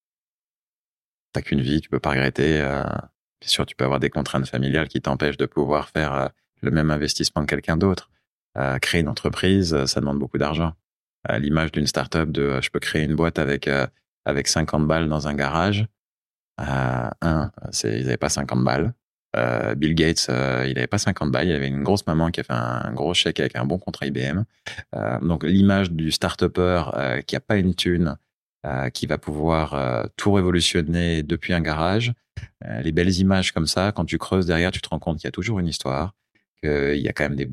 T'as qu'une vie, tu peux pas regretter. Euh, bien sûr, tu peux avoir des contraintes familiales qui t'empêchent de pouvoir faire euh, le même investissement que quelqu'un d'autre. Euh, créer une entreprise, ça demande beaucoup d'argent. À l'image d'une start-up de euh, je peux créer une boîte avec, euh, avec cinquante balles dans un garage. Euh, un, c'est, ils n'avaient pas cinquante balles. Euh, Bill Gates, euh, il n'avait pas cinquante balles. Il avait une grosse maman qui a fait un gros chèque avec un bon contrat I B M. Euh, donc, l'image du start-upper euh, qui n'a pas une thune, euh, qui va pouvoir euh, tout révolutionner depuis un garage. Euh, les belles images comme ça, quand tu creuses derrière, tu te rends compte qu'il y a toujours une histoire, qu'il y a quand même des...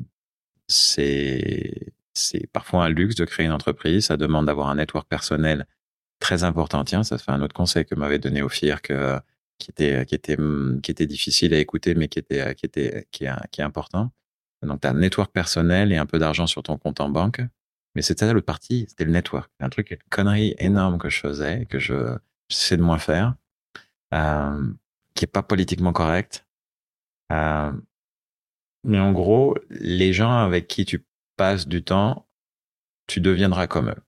C'est, c'est parfois un luxe de créer une entreprise. Ça demande d'avoir un network personnel très important. Tiens, ça fait un autre conseil que m'avait donné Ophir, que qui était qui était qui était difficile à écouter, mais qui était qui était qui est, qui est important. Donc, tu as un network personnel et un peu d'argent sur ton compte en banque. Mais c'était ça l'autre partie, c'était le network. Un truc, une connerie énorme que je faisais, que je j'essaie de moins faire, euh, qui est pas politiquement correct. Euh, mais en gros, les gens avec qui tu passes du temps, tu deviendras comme eux.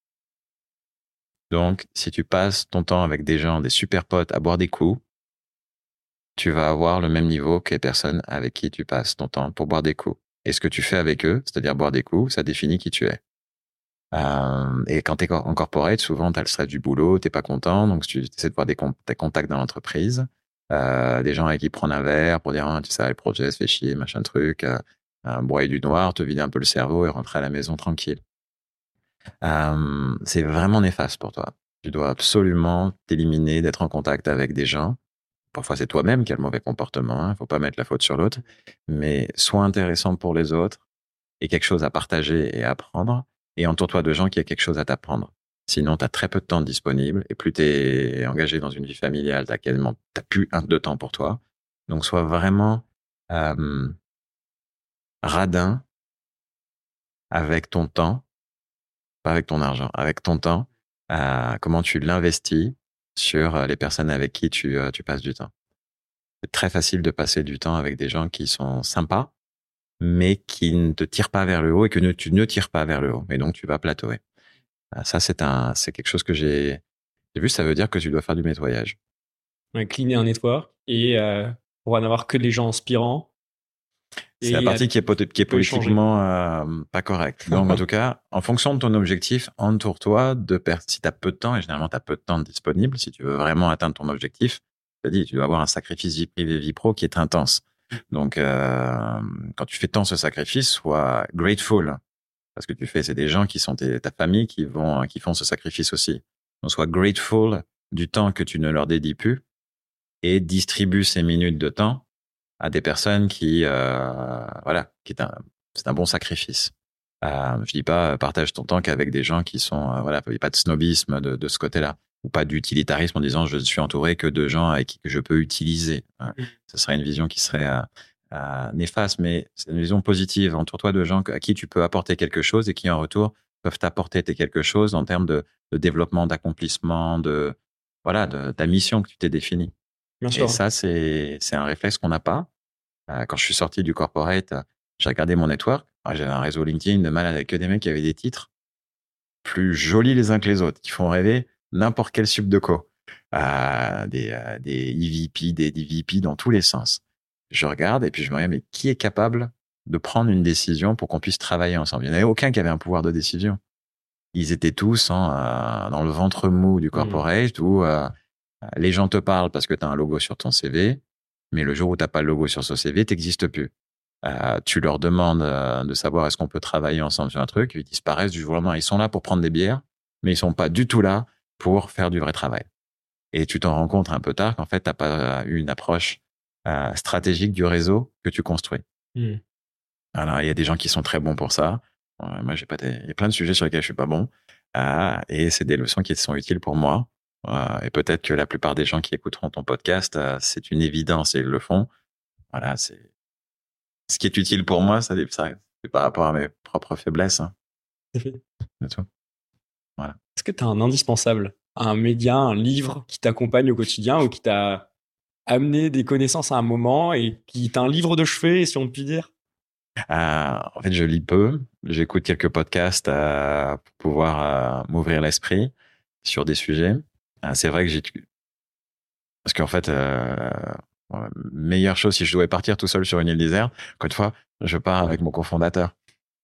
Donc, si tu passes ton temps avec des gens, des super potes, à boire des coups, tu vas avoir le même niveau que les personnes avec qui tu passes ton temps pour boire des coups. Et ce que tu fais avec eux, c'est-à-dire boire des coups, ça définit qui tu es. Euh, et quand tu es en corporate, souvent, tu as le stress du boulot, tu n'es pas content, donc tu essaies de voir des, con- des contacts dans l'entreprise, euh, des gens avec qui prendre un verre pour dire, ah, tu sais, le projet se fait chier, machin truc, euh, euh, broyer du noir, te vider un peu le cerveau et rentrer à la maison tranquille. Euh, c'est vraiment néfaste pour toi. Tu dois absolument t'éliminer d'être en contact avec des gens. Parfois, c'est toi-même qui as le mauvais comportement. Il hein, ne faut pas mettre la faute sur l'autre. Mais sois intéressant pour les autres aient quelque chose à partager et à apprendre, et entoure-toi de gens qui aient quelque chose à t'apprendre. Sinon, tu as très peu de temps disponible, et plus tu es engagé dans une vie familiale, tu n'as quasiment t'as plus un de temps pour toi. Donc, sois vraiment euh, radin avec ton temps, pas avec ton argent, avec ton temps, euh, comment tu l'investis sur les personnes avec qui tu, euh, tu passes du temps. C'est très facile de passer du temps avec des gens qui sont sympas, mais qui ne te tirent pas vers le haut et que ne, tu ne tires pas vers le haut. Et donc, tu vas plateauer. Ça, c'est un, c'est quelque chose que j'ai, j'ai vu. Ça veut dire que tu dois faire du nettoyage. Ouais, cleaner un network et euh, pour en avoir que des gens inspirants. C'est la partie qui est, pot- qui est politiquement euh, pas correcte. Donc, en tout cas, en fonction de ton objectif, entoure-toi de personnes. Si tu as peu de temps, et généralement, tu as peu de temps disponible, si tu veux vraiment atteindre ton objectif, je te dis, tu dois avoir un sacrifice vie privée, vie pro qui est intense. Donc, euh, quand tu fais tant ce sacrifice, sois grateful. Parce que tu fais, c'est des gens qui sont tes, ta famille qui vont, qui font ce sacrifice aussi. Donc, sois grateful du temps que tu ne leur dédies plus et distribue ces minutes de temps à des personnes qui, euh, voilà, qui est un, c'est un bon sacrifice. Euh, je dis pas partage ton temps qu'avec des gens qui sont, euh, voilà, il n'y a pas de snobisme de, de ce côté-là, ou pas d'utilitarisme en disant je suis entouré que de gens avec qui je peux utiliser. Hein. Ce serait une vision qui serait euh, euh, néfaste, mais c'est une vision positive. Entoure-toi de gens à qui tu peux apporter quelque chose et qui en retour peuvent t'apporter quelque chose en termes de, de développement, d'accomplissement, de voilà, de ta mission que tu t'es définie. Bien et sûr. ça, c'est, c'est un réflexe qu'on n'a pas. Euh, quand je suis sorti du corporate, j'ai regardé mon network. Ah, j'avais un réseau LinkedIn de malade avec que des mecs qui avaient des titres plus jolis les uns que les autres, qui font rêver n'importe quel subdeco. Euh, des, euh, des E V P, des D V P dans tous les sens. Je regarde et puis je me dis, mais qui est capable de prendre une décision pour qu'on puisse travailler ensemble? Il n'y en avait aucun qui avait un pouvoir de décision. Ils étaient tous en, euh, dans le ventre mou du corporate mmh. où euh, les gens te parlent parce que tu as un logo sur ton C V, mais le jour où tu n'as pas le logo sur ce C V, tu n'existes plus. Euh, tu leur demandes euh, de savoir est-ce qu'on peut travailler ensemble sur un truc, ils disparaissent du jour au lendemain. Ils sont là pour prendre des bières, mais ils sont pas du tout là pour faire du vrai travail. Et tu t'en rends compte un peu tard qu'en fait, tu n'as pas eu une approche euh, stratégique du réseau que tu construis. Mmh. Alors, il y a des gens qui sont très bons pour ça. Euh, moi, j'ai pas des... il y a plein de sujets sur lesquels je suis pas bon. Euh, et c'est des leçons qui sont utiles pour moi. Euh, et peut-être que la plupart des gens qui écouteront ton podcast, euh, c'est une évidence et ils le font. Voilà, c'est ce qui est utile pour moi, ça, ça c'est par rapport à mes propres faiblesses. Hein. C'est tout. Voilà. Est-ce que tu as un indispensable, un média, un livre qui t'accompagne au quotidien ou qui t'a amené des connaissances à un moment et qui t'a un livre de chevet, si on peut dire? Euh, en fait, je lis peu. J'écoute quelques podcasts euh, pour pouvoir euh, m'ouvrir l'esprit sur des sujets. Euh, c'est vrai que j'ai... Parce qu'en fait, euh, meilleure chose, si je devais partir tout seul sur une île déserte, encore une fois, je pars avec mon cofondateur.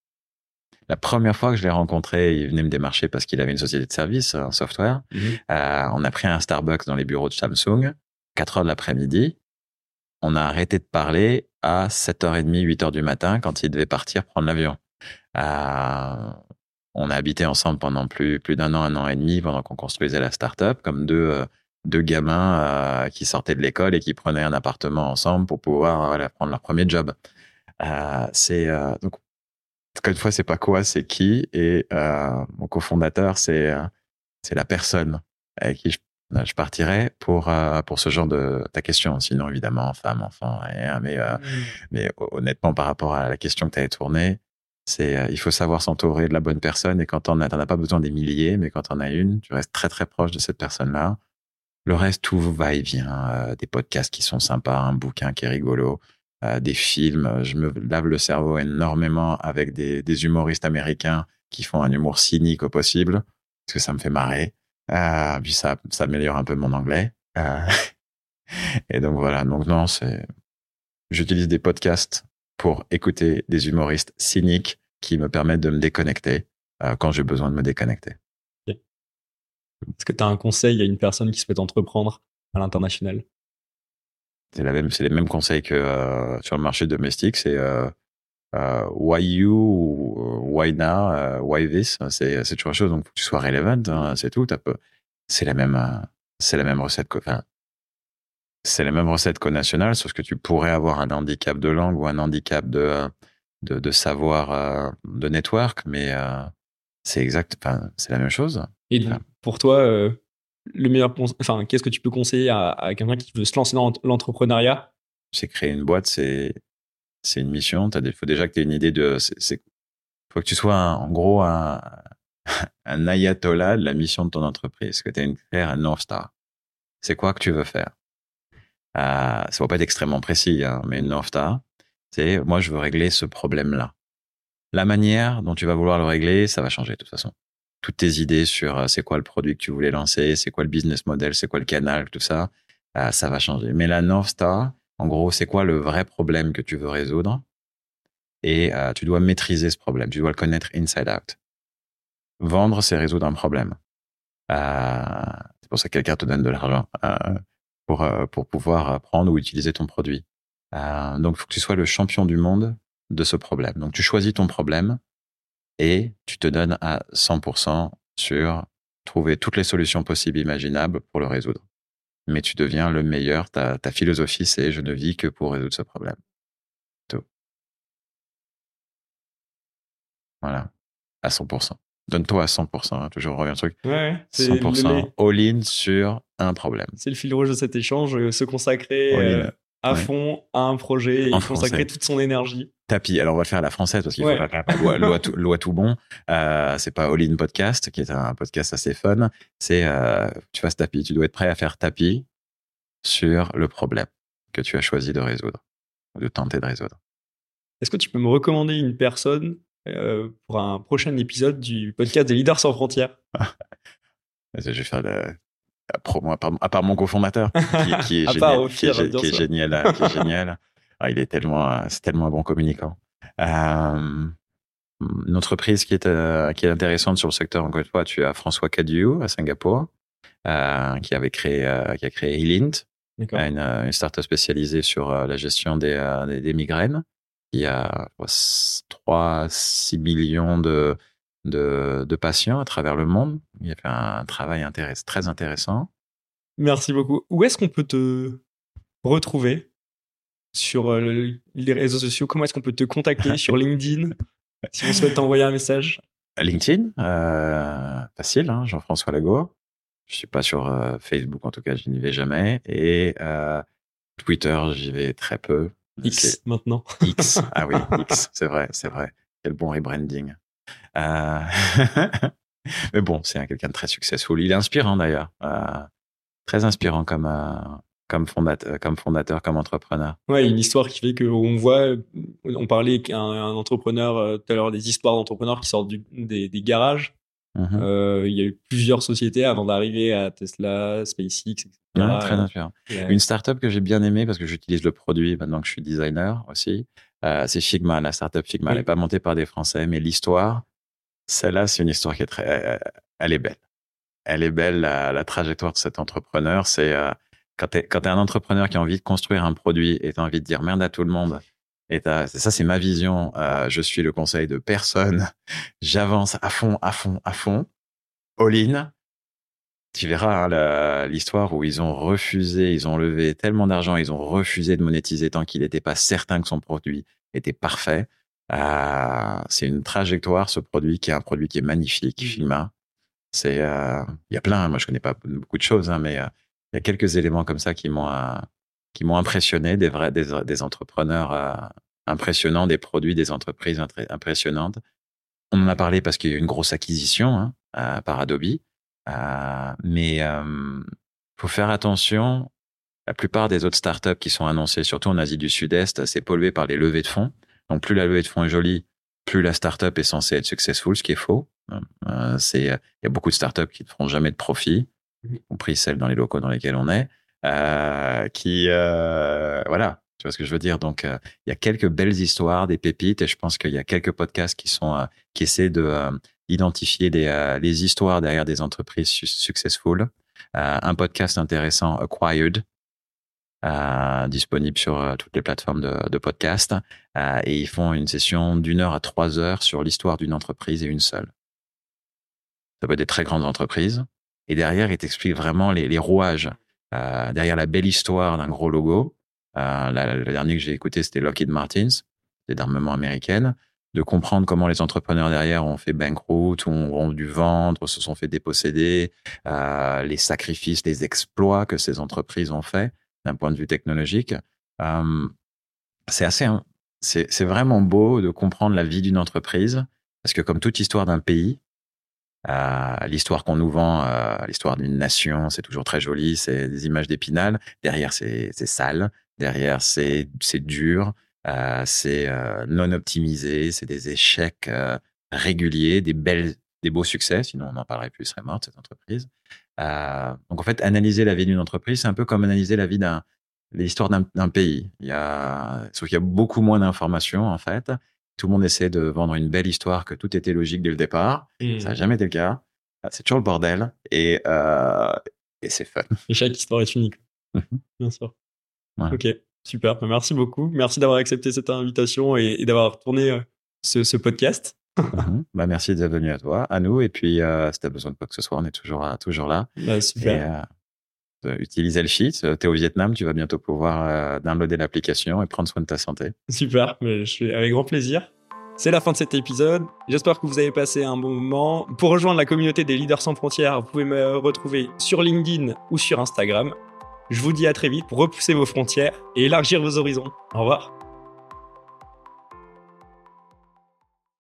La première fois que je l'ai rencontré, il venait me démarcher parce qu'il avait une société de services, un software. Mmh. Euh, on a pris un Starbucks dans les bureaux de Samsung, quatre heures de l'après-midi. On a arrêté de parler à sept heures trente, huit heures du matin quand il devait partir prendre l'avion. Euh, on a habité ensemble pendant plus, plus d'un an, un an et demi pendant qu'on construisait la start-up, comme deux, euh, deux gamins euh, qui sortaient de l'école et qui prenaient un appartement ensemble pour pouvoir euh, voilà, prendre leur premier job. Euh, c'est, euh, donc, encore une fois, c'est pas quoi, c'est qui. Et euh, mon cofondateur, c'est, euh, c'est la personne avec qui je je partirais pour euh, pour ce genre de ta question. Sinon, évidemment, femme, enfant, rien. Mais euh, mmh. mais honnêtement, par rapport à la question que tu avais tournée, c'est euh, il faut savoir s'entourer de la bonne personne. Et quand t'en as, t'en as pas besoin des milliers, mais quand t'en as une, tu restes très très proche de cette personne-là. Le reste, tout va et vient. Euh, des podcasts qui sont sympas, un bouquin qui est rigolo, euh, des films. Je me lave le cerveau énormément avec des des humoristes américains qui font un humour cynique au possible, parce que ça me fait marrer. Euh, puis ça, ça améliore un peu mon anglais. Euh, et donc voilà. Donc non, c'est, j'utilise des podcasts pour écouter des humoristes cyniques qui me permettent de me déconnecter euh, quand j'ai besoin de me déconnecter. Okay. Est-ce que tu as un conseil à une personne qui souhaite entreprendre à l'international? C'est la même, c'est les mêmes conseils que euh, sur le marché domestique. C'est euh, euh, why you, why now, uh, why this. C'est, c'est toujours la chose. Donc, faut que tu sois relevant, hein, c'est tout. T'as peu, c'est la même, c'est la même recette que, enfin, c'est la même recette qu'au national, sauf que tu pourrais avoir un handicap de langue ou un handicap de, de, de savoir euh, de network, mais euh, c'est exact, enfin, c'est la même chose. Et donc, pour toi, euh, le meilleur, conse- enfin, qu'est-ce que tu peux conseiller à, à quelqu'un qui veut se lancer dans l'entrepreneuriat? C'est créer une boîte, c'est, c'est une mission. Il faut déjà que tu aies une idée de. C'est, c'est, faut que tu sois un, en gros un, un ayatollah de la mission de ton entreprise, que tu aies une claire, un North Star. C'est quoi que tu veux faire? Euh, ça va pas être extrêmement précis, hein, mais une North Star, c'est moi, je veux régler ce problème-là. La manière dont tu vas vouloir le régler, ça va changer de toute façon. Toutes tes idées sur euh, c'est quoi le produit que tu voulais lancer, c'est quoi le business model, c'est quoi le canal, tout ça, euh, ça va changer. Mais la North Star, en gros, c'est quoi le vrai problème que tu veux résoudre? Et euh, tu dois maîtriser ce problème, tu dois le connaître inside out. Vendre, c'est résoudre un problème. Euh, c'est pour ça que quelqu'un te donne de l'argent euh, pour, euh, pour pouvoir prendre ou utiliser ton produit. Euh, donc, il faut que tu sois le champion du monde de ce problème. Donc, tu choisis ton problème et tu te donnes à cent pour cent sur trouver toutes les solutions possibles et imaginables pour le résoudre. Mais tu deviens le meilleur. Ta, ta philosophie, c'est je ne vis que pour résoudre ce problème. Tout. Voilà. À cent pour cent. Donne-toi à cent pour cent. Hein. Toujours revient un truc. Ouais, ouais, c'est cent pour cent le, all-in sur un problème. c'est le fil rouge de cet échange, euh, se consacrer euh, à ouais. fond à un projet et en consacrer français. Toute son énergie. Tapis. Alors, on va le faire à la française parce qu'il ouais. faut pas loi, loi, tout, loi tout bon. Euh, c'est pas All In Podcast, qui est un podcast assez fun. C'est, euh, tu fasses tapis. Tu dois être prêt à faire tapis sur le problème que tu as choisi de résoudre, ou de tenter de résoudre. Est-ce que tu peux me recommander une personne euh, pour un prochain épisode du podcast des Leaders sans frontières? Je vais faire la, la promo, à part, à part mon cofondateur, qui, qui est, génial, part, qui, est, qui est génial, qui est génial. Ah, il est tellement, c'est tellement un bon communicant. Euh, une entreprise qui est, euh, qui est intéressante sur le secteur, encore une fois, tu as François Cadieux à Singapour, euh, qui avait créé, euh, qui a créé Elint, une, une startup spécialisée sur euh, la gestion des, euh, des, des migraines, qui a trois à six millions de, de, de patients à travers le monde. Il a fait un travail intéress- très intéressant. Merci beaucoup. Où est-ce qu'on peut te retrouver sur euh, les réseaux sociaux? Comment est-ce qu'on peut te contacter sur LinkedIn si on souhaite t'envoyer un message? LinkedIn, euh, facile, hein, Jean-François Lagour. Je suis pas sur euh, Facebook, en tout cas, je n'y vais jamais. Et euh, Twitter, j'y vais très peu. X c'est... maintenant. X, ah oui, X, c'est vrai, c'est vrai. Quel bon rebranding. Euh... Mais bon, c'est un, quelqu'un de très successful. Il est inspirant d'ailleurs, euh, très inspirant comme euh, comme fondateur, comme fondateur, comme entrepreneur. Ouais, une histoire qui fait qu'on voit, on parlait qu'un un entrepreneur euh, tout à l'heure, des histoires d'entrepreneurs qui sortent du, des, des garages. Mm-hmm. Euh, il y a eu plusieurs sociétés avant d'arriver à Tesla, SpaceX, et cetera. Ouais, très inspirant. Ouais. Une startup que j'ai bien aimée parce que j'utilise le produit maintenant que je suis designer aussi, euh, c'est Figma, la startup Figma. Oui. Elle n'est pas montée par des Français, mais l'histoire, celle-là, c'est une histoire qui est très, elle est belle. Elle est belle, la, la trajectoire de cet entrepreneur. C'est euh, quand tu es quand t'es un entrepreneur qui a envie de construire un produit et tu as envie de dire merde à tout le monde. Et ça, c'est ma vision. Euh, je suis le conseil de personne. J'avance à fond, à fond, à fond. All-in. Tu verras hein, la, l'histoire où ils ont refusé, ils ont levé tellement d'argent, ils ont refusé de monétiser tant qu'il n'était pas certain que son produit était parfait. Euh, c'est une trajectoire, ce produit, qui est un produit qui est magnifique, Figma. C'est, euh, il y a plein, moi je connais pas beaucoup de choses, hein, mais euh, il y a quelques éléments comme ça qui m'ont, euh, qui m'ont impressionné, des vrais, des, des entrepreneurs euh, impressionnants, des produits, des entreprises impressionnantes. On en a parlé parce qu'il y a eu une grosse acquisition hein, euh, par Adobe. Euh, mais il euh, faut faire attention. La plupart des autres startups qui sont annoncées, surtout en Asie du Sud-Est, c'est pollué par les levées de fonds. Donc, plus la levée de fonds est jolie, plus la startup est censée être successful, ce qui est faux. Euh, c'est, il y a beaucoup de startups qui ne feront jamais de profit, y compris celles dans les locaux dans lesquels on est, euh, qui, euh, voilà, tu vois ce que je veux dire. Donc, euh, il y a quelques belles histoires, des pépites, et je pense qu'il y a quelques podcasts qui sont, euh, qui essaient de euh, identifier les, euh, les histoires derrière des entreprises su- successful. Euh, un podcast intéressant, Acquired, euh, disponible sur euh, toutes les plateformes de, de podcast. Euh, et ils font une session d'une heure à trois heures sur l'histoire d'une entreprise et une seule. Ça peut être des très grandes entreprises. Et derrière, ils t'expliquent vraiment les, les rouages. Euh, derrière la belle histoire d'un gros logo. Euh, la, le dernier que j'ai écouté, c'était Lockheed Martin. d'armement américaine, de comprendre comment les entrepreneurs derrière ont fait bankroot, ont, ont dû vendre, se sont fait déposséder, euh, les sacrifices, les exploits que ces entreprises ont fait d'un point de vue technologique. Euh, c'est assez, c'est, c'est vraiment beau de comprendre la vie d'une entreprise, parce que comme toute histoire d'un pays, euh, l'histoire qu'on nous vend, euh, l'histoire d'une nation, c'est toujours très joli, c'est des images d'Épinal. Derrière, c'est, c'est sale. Derrière, c'est, c'est dur. Euh, c'est euh, non optimisé. C'est des échecs euh, réguliers, des belles, des beaux succès. Sinon, on n'en parlerait plus, serait morte cette entreprise. Euh, donc, en fait, analyser la vie d'une entreprise, c'est un peu comme analyser la vie d'un, l'histoire d'un, d'un pays. Il y a, sauf qu'il y a beaucoup moins d'informations, en fait. Tout le monde essaie de vendre une belle histoire, que tout était logique dès le départ. Mmh. Ça n'a jamais été le cas. C'est toujours le bordel. Et, euh, et c'est fun. Et chaque histoire est unique. Bien sûr. Ouais. Ok, super. Merci beaucoup. Merci d'avoir accepté cette invitation et, et d'avoir tourné euh, ce, ce podcast. Mmh. Bah, merci d'être venu à toi, à nous. Et puis, euh, si tu as besoin de quoi que ce soit, on est toujours, euh, toujours là. Bah, super. Et, euh, utilise Healthsheet. Tu es au Vietnam, tu vas bientôt pouvoir euh, downloader l'application et prendre soin de ta santé. Super, mais je fais avec grand plaisir. C'est la fin de cet épisode. J'espère que vous avez passé un bon moment. Pour rejoindre la communauté des Leaders sans frontières, vous pouvez me retrouver sur LinkedIn ou sur Instagram. Je vous dis à très vite pour repousser vos frontières et élargir vos horizons. Au revoir.